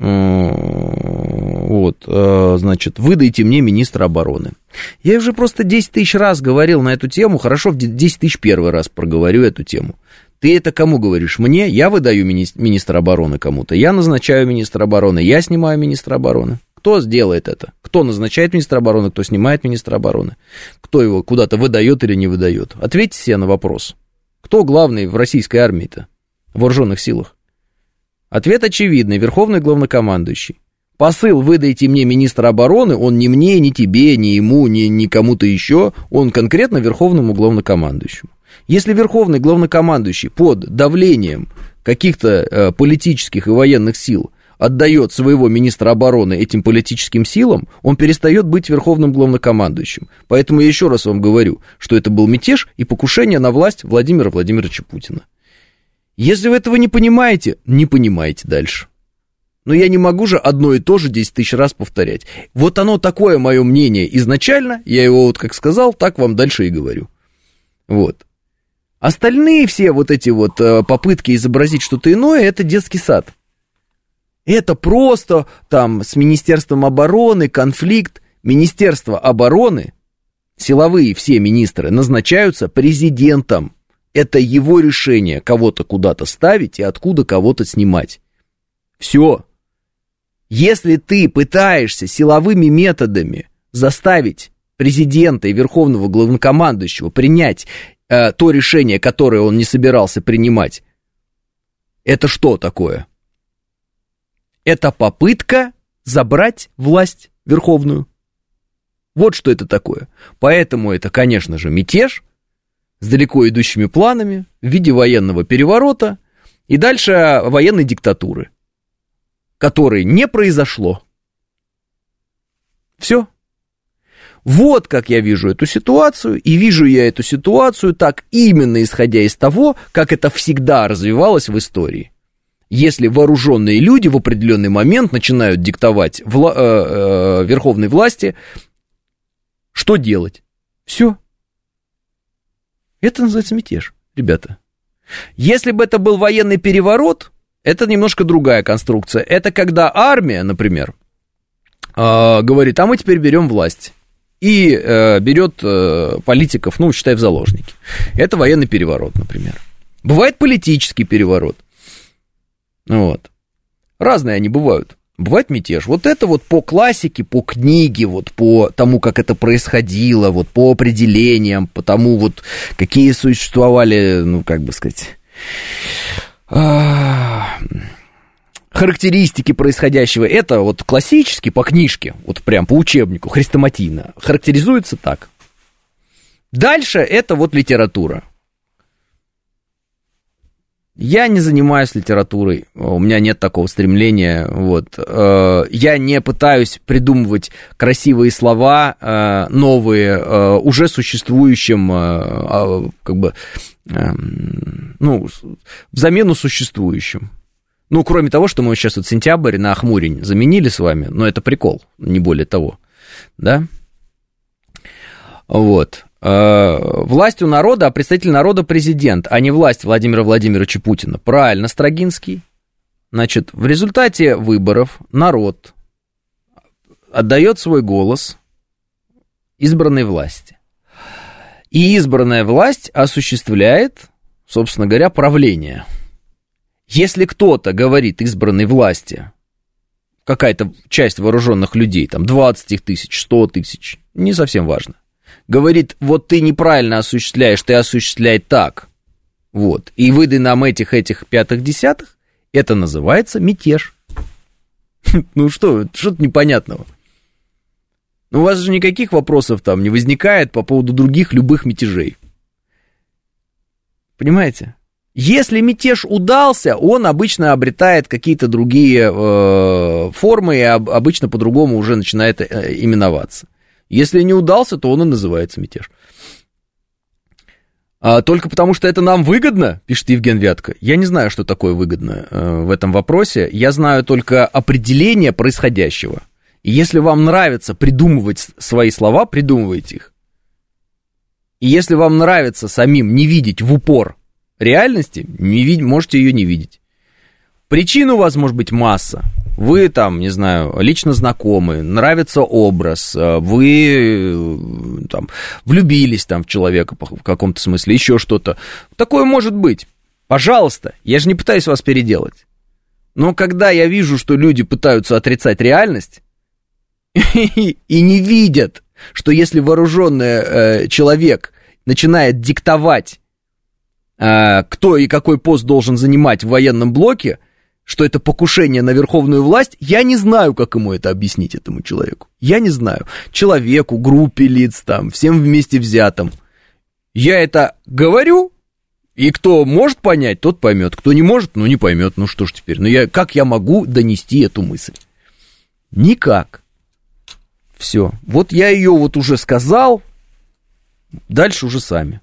вот, значит, выдайте мне министра обороны. Я уже просто десять тысяч раз говорил на эту тему, хорошо, в десять тысяч первый раз проговорю эту тему. Ты это кому говоришь? Мне? Я выдаю мини- министра обороны кому-то, я назначаю министра обороны, я снимаю министра обороны. Кто сделает это? Кто назначает министра обороны, кто снимает министра обороны? Кто его куда-то выдает или не выдает? Ответьте себе на вопрос. Кто главный в российской армии-то? В вооруженных силах? Ответ очевидный. Верховный Главнокомандующий. Посыл «выдайте мне министра обороны», он не мне, не тебе, не ему, не, не кому-то еще, он конкретно Верховному Главнокомандующему. Если Верховный Главнокомандующий под давлением каких-то э, политических и военных сил отдает своего министра обороны этим политическим силам, он перестает быть Верховным Главнокомандующим. Поэтому я еще раз вам говорю, что это был мятеж и покушение на власть Владимира Владимировича Путина. Если вы этого не понимаете, не понимаете дальше. Но я не могу же одно и то же десять тысяч раз повторять. Вот оно такое мое мнение изначально, я его вот как сказал, так вам дальше и говорю. Вот. Остальные все вот эти вот попытки изобразить что-то иное, это детский сад. Это просто там с Министерством обороны конфликт. Министерство обороны, силовые все министры назначаются президентом. Это его решение кого-то куда-то ставить и откуда кого-то снимать. Все. Если ты пытаешься силовыми методами заставить президента и верховного главнокомандующего принять э, то решение, которое он не собирался принимать, это что такое? Это попытка забрать власть верховную. Вот что это такое. Поэтому это, конечно же, мятеж. с далеко идущими планами в виде военного переворота и дальше военной диктатуры, которой не произошло. Все. Вот как я вижу эту ситуацию, и вижу я эту ситуацию так именно исходя из того, как это всегда развивалось в истории. Если вооруженные люди в определенный момент начинают диктовать вла- э, э, верховной власти, что делать? Все. Это называется мятеж, ребята. Если бы это был военный переворот, это немножко другая конструкция. Это когда армия, например, э, говорит, а мы теперь берем власть. И э, берет э, политиков, ну, считай, в заложники. Это военный переворот, например. Бывает политический переворот. Вот. Разные они бывают. Бывает мятеж. Вот это вот по классике, по книге, вот по тому, как это происходило, вот по определениям, по тому, вот какие существовали, ну, как бы сказать... характеристики происходящего, это вот классически по книжке, вот прям по учебнику, хрестоматийно, характеризуется так. Дальше это вот литература. Я не занимаюсь литературой, у меня нет такого стремления, вот. Я не пытаюсь придумывать красивые слова, новые, уже существующим, как бы, ну, в замену существующим. Ну, кроме того, что мы сейчас вот сентябрь на хмурень заменили с вами, но это прикол, не более того, да? Вот. Власть у народа, а представитель народа президент, а не власть Владимира Владимировича Путина. Правильно, Строгинский. Значит, в результате выборов народ отдает свой голос избранной власти. И избранная власть осуществляет, собственно говоря, правление. Если кто-то говорит избранной власти, какая-то часть вооруженных людей, там двадцать тысяч, сто тысяч, не совсем важно, говорит, вот ты неправильно осуществляешь, ты осуществляй так, вот, и выдай нам этих, этих, пятых, десятых, это называется мятеж. Ну что, что-то непонятного. Ну, у вас же никаких вопросов там не возникает по поводу других любых мятежей. Понимаете? Если мятеж удался, он обычно обретает какие-то другие э, формы и об, обычно по-другому уже начинает э, именоваться. Если не удался, то он и называется мятеж. А, только потому, что это нам выгодно, пишет Евген Вятка. Я не знаю, что такое выгодно э, в этом вопросе. Я знаю только определение происходящего. И если вам нравится придумывать свои слова, придумывайте их. И если вам нравится самим не видеть в упор реальности, не вид- можете ее не видеть. Причин у вас может быть масса. Вы там, не знаю, лично знакомы, нравится образ, вы там влюбились там в человека в каком-то смысле, еще что-то. Такое может быть. Пожалуйста, я же не пытаюсь вас переделать. Но когда я вижу, что люди пытаются отрицать реальность и не видят, что если вооруженный человек начинает диктовать, кто и какой пост должен занимать в военном блоке, что это покушение на верховную власть, я не знаю, как ему это объяснить, этому человеку. Я не знаю. Человеку, группе лиц, там, всем вместе взятым. Я это говорю, и кто может понять, тот поймет. Кто не может, ну не поймет. Ну что ж теперь, ну я, как я могу донести эту мысль? Никак. Все. Вот я ее вот уже сказал, дальше уже сами.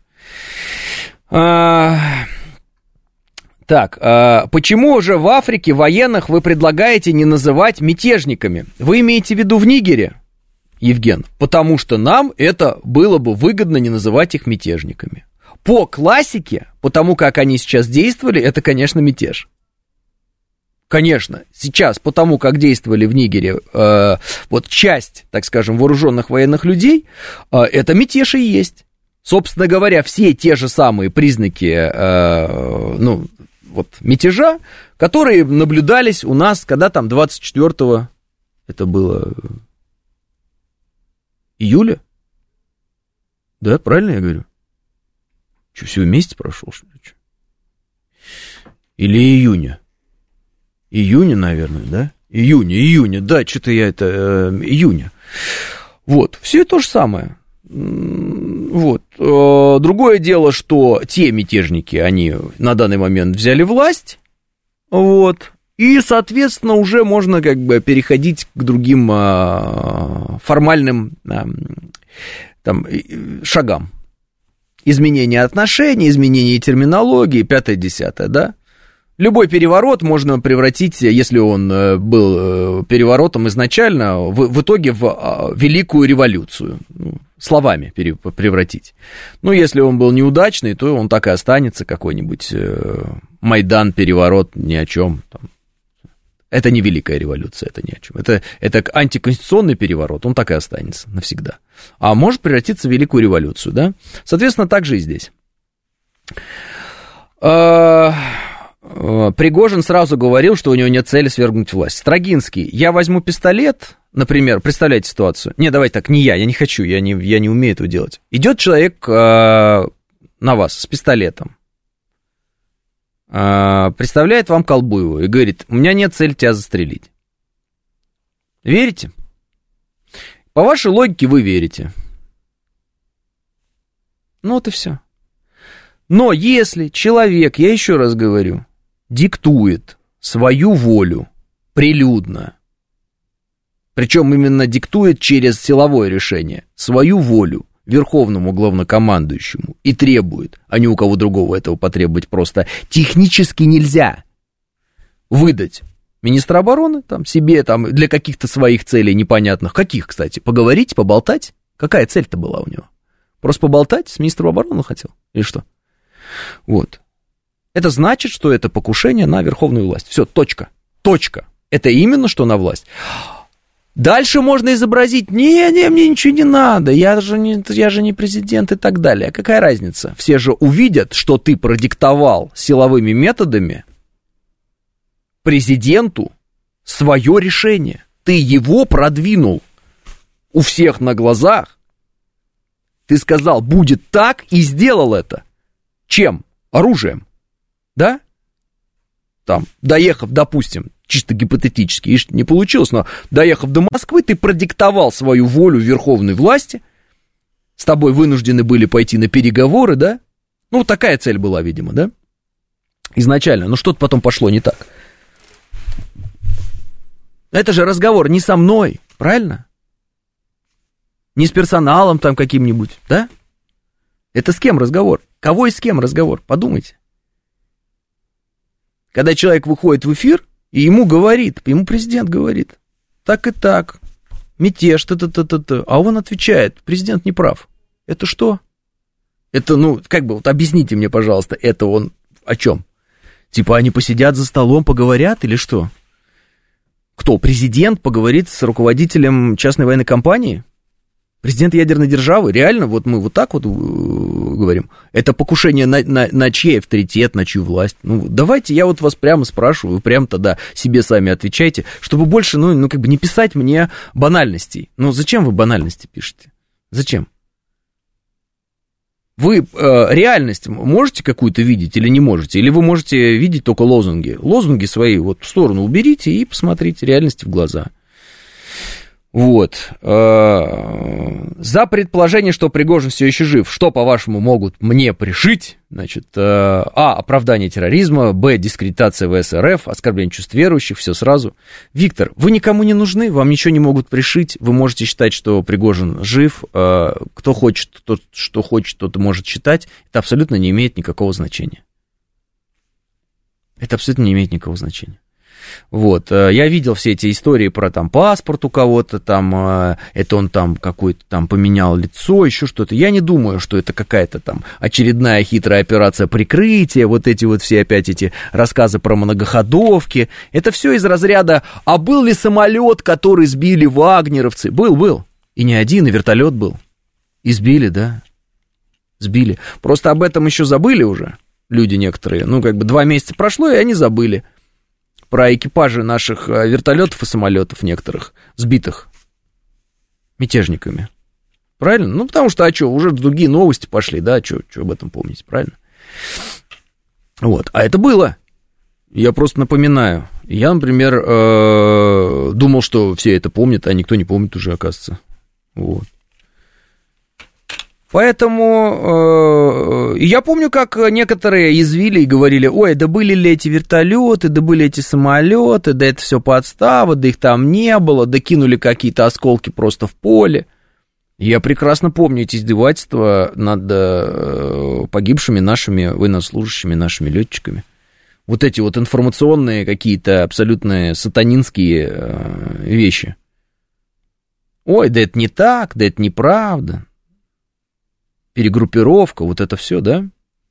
А, так, а, почему же в Африке военных вы предлагаете не называть мятежниками? Вы имеете в виду в Нигере, Евген? Потому что нам это было бы выгодно не называть их мятежниками. По классике, по тому, как они сейчас действовали, это, конечно, мятеж. Конечно, сейчас, по тому, как действовали в Нигере, э, вот часть, так скажем, вооруженных военных людей, э, это мятеж и есть. Собственно говоря, все те же самые признаки, э, ну, вот, мятежа, которые наблюдались у нас, когда там двадцать четвёртого, это было июля? Да, правильно я говорю? Что, всего месяц прошел, что ли? Или июня? Июня, наверное, да? Июня, июня, да, что-то я это, э, июня. Вот, все то же самое. Вот. Другое дело, что те мятежники, они на данный момент взяли власть, вот, и, соответственно, уже можно как бы переходить к другим формальным там, шагам. Изменение отношений, изменение терминологии, пятое-десятое, да? Любой переворот можно превратить, если он был переворотом изначально, в, в итоге в великую революцию. Ну, словами пере, превратить. Ну, если он был неудачный, то он так и останется, какой-нибудь э, Майдан, переворот, ни о чем. Там. Это не великая революция, это ни о чем. Это, это антиконституционный переворот, он так и останется навсегда. А может превратиться в великую революцию, да? Соответственно, так же и здесь. Пригожин сразу говорил, что у него нет цели свергнуть власть. Строгинский: я возьму пистолет, например, представляете ситуацию. Не, давайте так, не я, я не хочу, я не, я не умею этого делать. Идет человек э, на вас с пистолетом, э, представляет вам колбу его и говорит: у меня нет цели тебя застрелить. Верите? По вашей логике вы верите. Ну вот и все. Но если человек, я еще раз говорю, диктует свою волю прилюдно, причем именно диктует через силовое решение свою волю верховному главнокомандующему и требует, а ни у кого другого этого потребовать просто технически нельзя, выдать министра обороны там, себе там, для каких-то своих целей непонятных. Каких, кстати? Поговорить, поболтать? Какая цель-то была у него? Просто поболтать с министром обороны хотел? Или что? Вот. Это значит, что это покушение на верховную власть. Все, точка. Точка. Это именно что на власть. Дальше можно изобразить: не, не, мне ничего не надо, я же не, я же не президент и так далее. А какая разница? Все же увидят, что ты продиктовал силовыми методами президенту свое решение. Ты его продвинул у всех на глазах. Ты сказал: будет так, и сделал это. Чем? Оружием. Да? Там, доехав, допустим, чисто гипотетически, и не получилось, но доехав до Москвы, ты продиктовал свою волю верховной власти, с тобой вынуждены были пойти на переговоры, да? Ну, такая цель была, видимо, да? Изначально, но что-то потом пошло не так. Это же разговор не со мной, правильно? Не с персоналом там каким-нибудь, да? Это с кем разговор? Кого и с кем разговор? Подумайте. Когда человек выходит в эфир, и ему говорит, ему президент говорит: так и так, мятеж, та-та-та-та-та. А он отвечает: президент не прав. Это что? Это, ну, как бы, вот объясните мне, пожалуйста, это он о чем? Типа они посидят за столом, поговорят или что? Кто, президент поговорит с руководителем частной военной компании? Президент ядерной державы? Реально, вот мы вот так вот говорим. Это покушение на, на, на чей авторитет, на чью власть? Ну, давайте я вот вас прямо спрашиваю, вы прямо тогда себе сами отвечайте, чтобы больше, ну, ну как бы не писать мне банальностей. Ну, зачем вы банальности пишете? Зачем? Вы э, реальность можете какую-то видеть или не можете? Или вы можете видеть только лозунги? Лозунги свои вот в сторону уберите и посмотрите реальности в глаза. Вот. За предположение, что Пригожин все еще жив, что, по-вашему, могут мне пришить? Значит, а. Оправдание терроризма, б. Дискредитация ВСРФ, оскорбление чувств верующих, все сразу. Виктор, вы никому не нужны, вам ничего не могут пришить, вы можете считать, что Пригожин жив, кто хочет, тот, что хочет, тот может считать, это абсолютно не имеет никакого значения. Это абсолютно не имеет никакого значения. Вот, я видел все эти истории про там паспорт у кого-то, там, это он там какой-то там поменял лицо, еще что-то. Я не думаю, что это какая-то там очередная хитрая операция прикрытия, вот эти вот все опять эти рассказы про многоходовки. Это все из разряда: а был ли самолет, который сбили вагнеровцы? Был, был. И не один, и вертолет был. И сбили, да, сбили. Просто об этом еще забыли уже люди некоторые. Ну, как бы два месяца прошло, и они забыли про экипажи наших вертолетов и самолетов некоторых, сбитых мятежниками. Правильно? Ну, потому что, а что, уже другие новости пошли, да, что об этом помнить, правильно? Вот, а это было. Я просто напоминаю. Я, например, думал, что все это помнят, а никто не помнит уже, оказывается. Вот. Поэтому э, я помню, как некоторые язвили и говорили: ой, да были ли эти вертолеты, да были эти самолеты, да это все подстава, да их там не было, да кинули какие-то осколки просто в поле. Я прекрасно помню эти издевательства над э, погибшими нашими военнослужащими, нашими летчиками. Вот эти вот информационные какие-то абсолютно сатанинские э, вещи. Ой, да это не так, да это неправда. Перегруппировка, вот это все, да?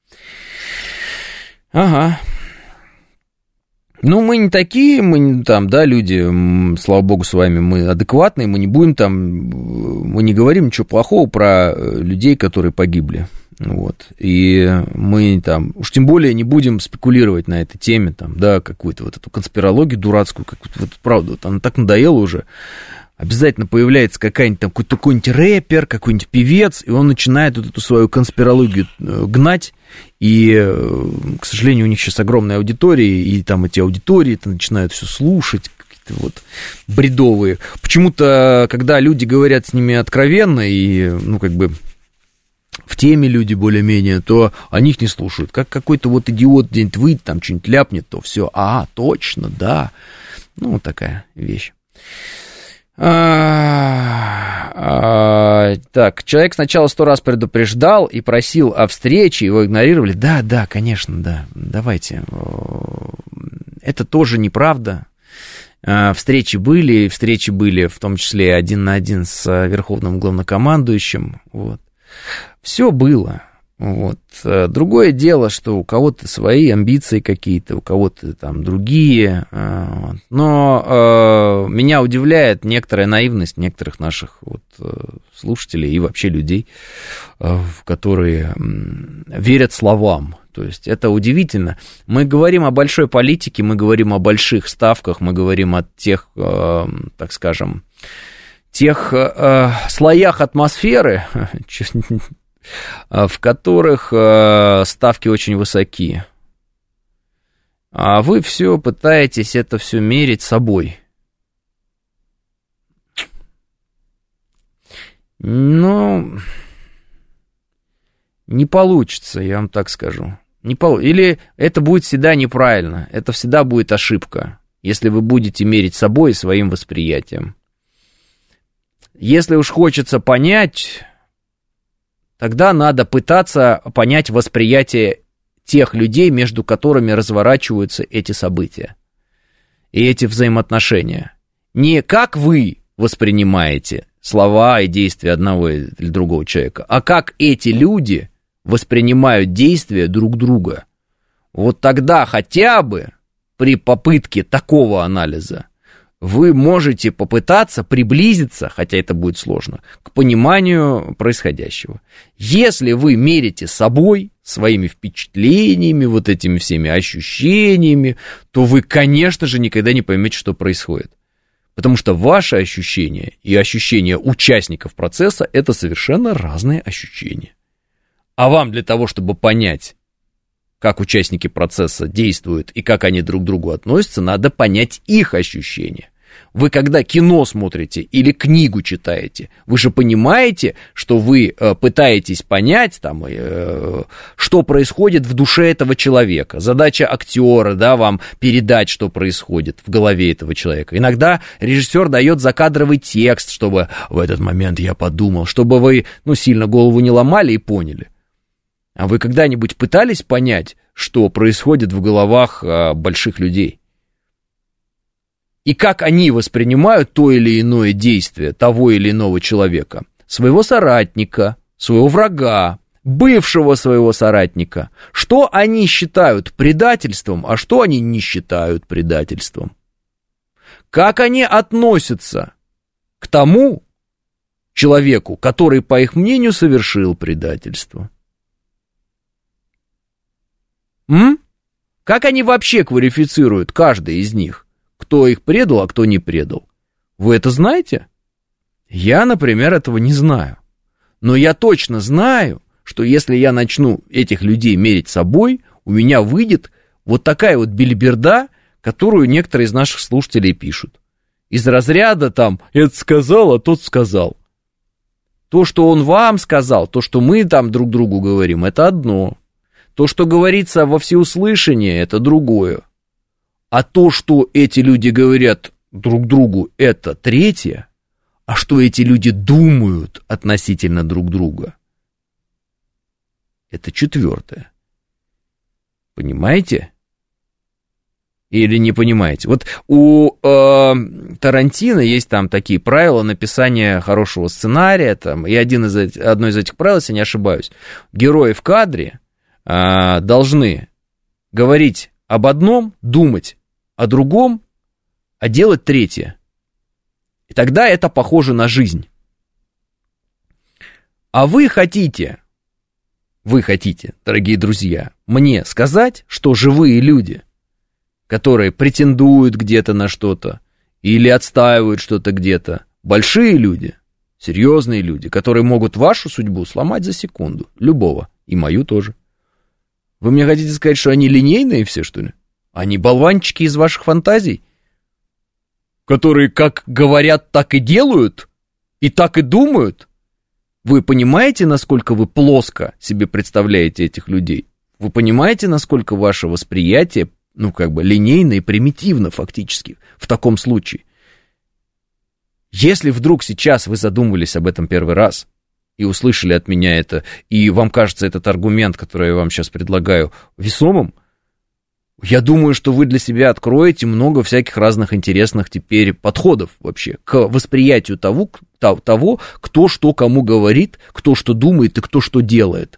Ага. Ну, мы не такие, мы там, да, люди, слава богу, с вами, мы адекватные, мы не будем там, мы не говорим ничего плохого про людей, которые погибли, вот, и мы там, уж тем более не будем спекулировать на этой теме, там, да, какую-то вот эту конспирологию дурацкую, какую-то, вот, правда, вот она так надоела уже. Обязательно появляется какая-нибудь там какой-то, какой-нибудь рэпер, какой-нибудь певец, и он начинает вот эту свою конспирологию гнать, и, к сожалению, у них сейчас огромная аудитория, и там эти аудитории начинают все слушать, какие-то вот бредовые. Почему-то, когда люди говорят с ними откровенно, и, ну, как бы в теме люди более-менее, то они их не слушают. Как какой-то вот идиот где-нибудь выйдет, там что-нибудь ляпнет, то все, а, точно, да. Ну, вот такая вещь. А, а, так, человек сначала сто раз предупреждал и просил о встрече, его игнорировали. Да, да, конечно, да, давайте. Это тоже неправда. Встречи были, встречи были в том числе один на один с верховным главнокомандующим. Вот. Все было. Вот. Другое дело, что у кого-то свои амбиции какие-то, у кого-то там другие. Но э, меня удивляет некоторая наивность некоторых наших вот, слушателей и вообще людей, которые верят словам. То есть это удивительно. Мы говорим о большой политике, мы говорим о больших ставках, мы говорим о тех, э, так скажем, тех э, слоях атмосферы, в которых э, ставки очень высоки. А вы все пытаетесь это все мерить собой. Ну, не получится, я вам так скажу. Не пол... Или это будет всегда неправильно, это всегда будет ошибка, если вы будете мерить собой и своим восприятием. Если уж хочется понять, тогда надо пытаться понять восприятие тех людей, между которыми разворачиваются эти события и эти взаимоотношения. Не как вы воспринимаете слова и действия одного или другого человека, а как эти люди воспринимают действия друг друга. Вот тогда хотя бы при попытке такого анализа вы можете попытаться приблизиться, хотя это будет сложно, к пониманию происходящего. Если вы мерите собой, своими впечатлениями, вот этими всеми ощущениями, то вы, конечно же, никогда не поймете, что происходит. Потому что ваши ощущения и ощущения участников процесса – это совершенно разные ощущения. А вам для того, чтобы понять, как участники процесса действуют и как они друг к другу относятся, надо понять их ощущения. Вы когда кино смотрите или книгу читаете, вы же понимаете, что вы э, пытаетесь понять, там, э, что происходит в душе этого человека. Задача актера, да, вам передать, что происходит в голове этого человека. Иногда режиссер дает закадровый текст, чтобы в этот момент я подумал, чтобы вы, ну, сильно голову не ломали и поняли. А вы когда-нибудь пытались понять, что происходит в головах э, больших людей? И как они воспринимают то или иное действие того или иного человека? Своего соратника, своего врага, бывшего своего соратника. Что они считают предательством, а что они не считают предательством? Как они относятся к тому человеку, который, по их мнению, совершил предательство? М? Как они вообще квалифицируют, каждый из них? Кто их предал, а кто не предал. Вы это знаете? Я, например, этого не знаю. Но я точно знаю, что если я начну этих людей мерить собой, у меня выйдет вот такая вот белиберда, которую некоторые из наших слушателей пишут. Из разряда там «это сказал, а тот сказал». То, что он вам сказал, то, что мы там друг другу говорим, это одно. То, что говорится во всеуслышание, это другое. А то, что эти люди говорят друг другу, это третье. А что эти люди думают относительно друг друга, это четвертое. Понимаете? Или не понимаете? Вот у э, Тарантино есть там такие правила написания хорошего сценария, там, и один из этих, одно из этих правил, если не ошибаюсь, герои в кадре э, должны говорить об одном, думать о другом, а делать третье. И тогда это похоже на жизнь. А вы хотите, вы хотите, дорогие друзья, мне сказать, что живые люди, которые претендуют где-то на что-то или отстаивают что-то где-то, большие люди, серьезные люди, которые могут вашу судьбу сломать за секунду, любого, и мою тоже. Вы мне хотите сказать, что они линейные все, что ли? Они болванчики из ваших фантазий, которые как говорят, так и делают, и так и думают? Вы понимаете, насколько вы плоско себе представляете этих людей? Вы понимаете, насколько ваше восприятие, ну, как бы, линейно и примитивно фактически в таком случае? Если вдруг сейчас вы задумывались об этом первый раз и услышали от меня это, и вам кажется этот аргумент, который я вам сейчас предлагаю, весомым, я думаю, что вы для себя откроете много всяких разных интересных теперь подходов вообще к восприятию того, того, кто что кому говорит, кто что думает и кто что делает.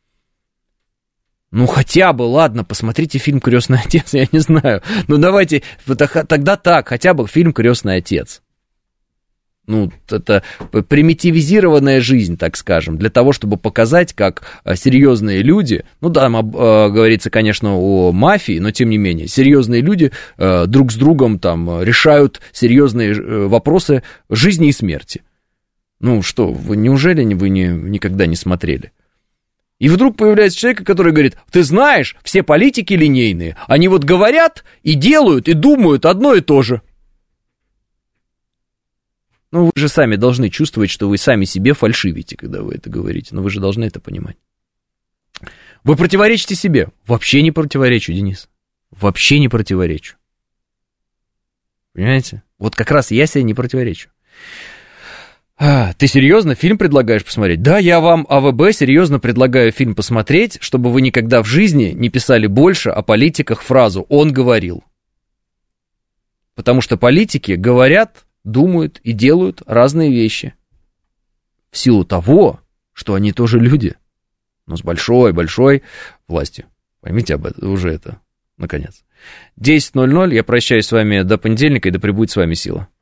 Ну, хотя бы, ладно, посмотрите фильм «Крестный отец», я не знаю. Ну, давайте, тогда так, хотя бы фильм «Крестный отец». Ну, это примитивизированная жизнь, так скажем, для того, чтобы показать, как серьезные люди, ну, да, там э, говорится, конечно, о мафии, но, тем не менее, серьезные люди э, друг с другом там решают серьезные вопросы жизни и смерти. Ну, что, вы, неужели вы не, никогда не смотрели? И вдруг появляется человек, который говорит: ты знаешь, все политики линейные, они вот говорят и делают, и думают одно и то же. Ну, вы же сами должны чувствовать, что вы сами себе фальшивите, когда вы это говорите. Но вы же должны это понимать. Вы противоречите себе. Вообще не противоречу, Денис. Вообще не противоречу. Понимаете? Вот как раз я себе не противоречу. А, ты серьезно фильм предлагаешь посмотреть? Да, я вам, АВБ, серьезно предлагаю фильм посмотреть, чтобы вы никогда в жизни не писали больше о политиках фразу «он говорил». Потому что политики говорят, думают и делают разные вещи. В силу того, что они тоже люди, но с большой-большой властью. Поймите об этом, уже это, наконец. десять ноль ноль, я прощаюсь с вами до понедельника, и да пребудет с вами сила.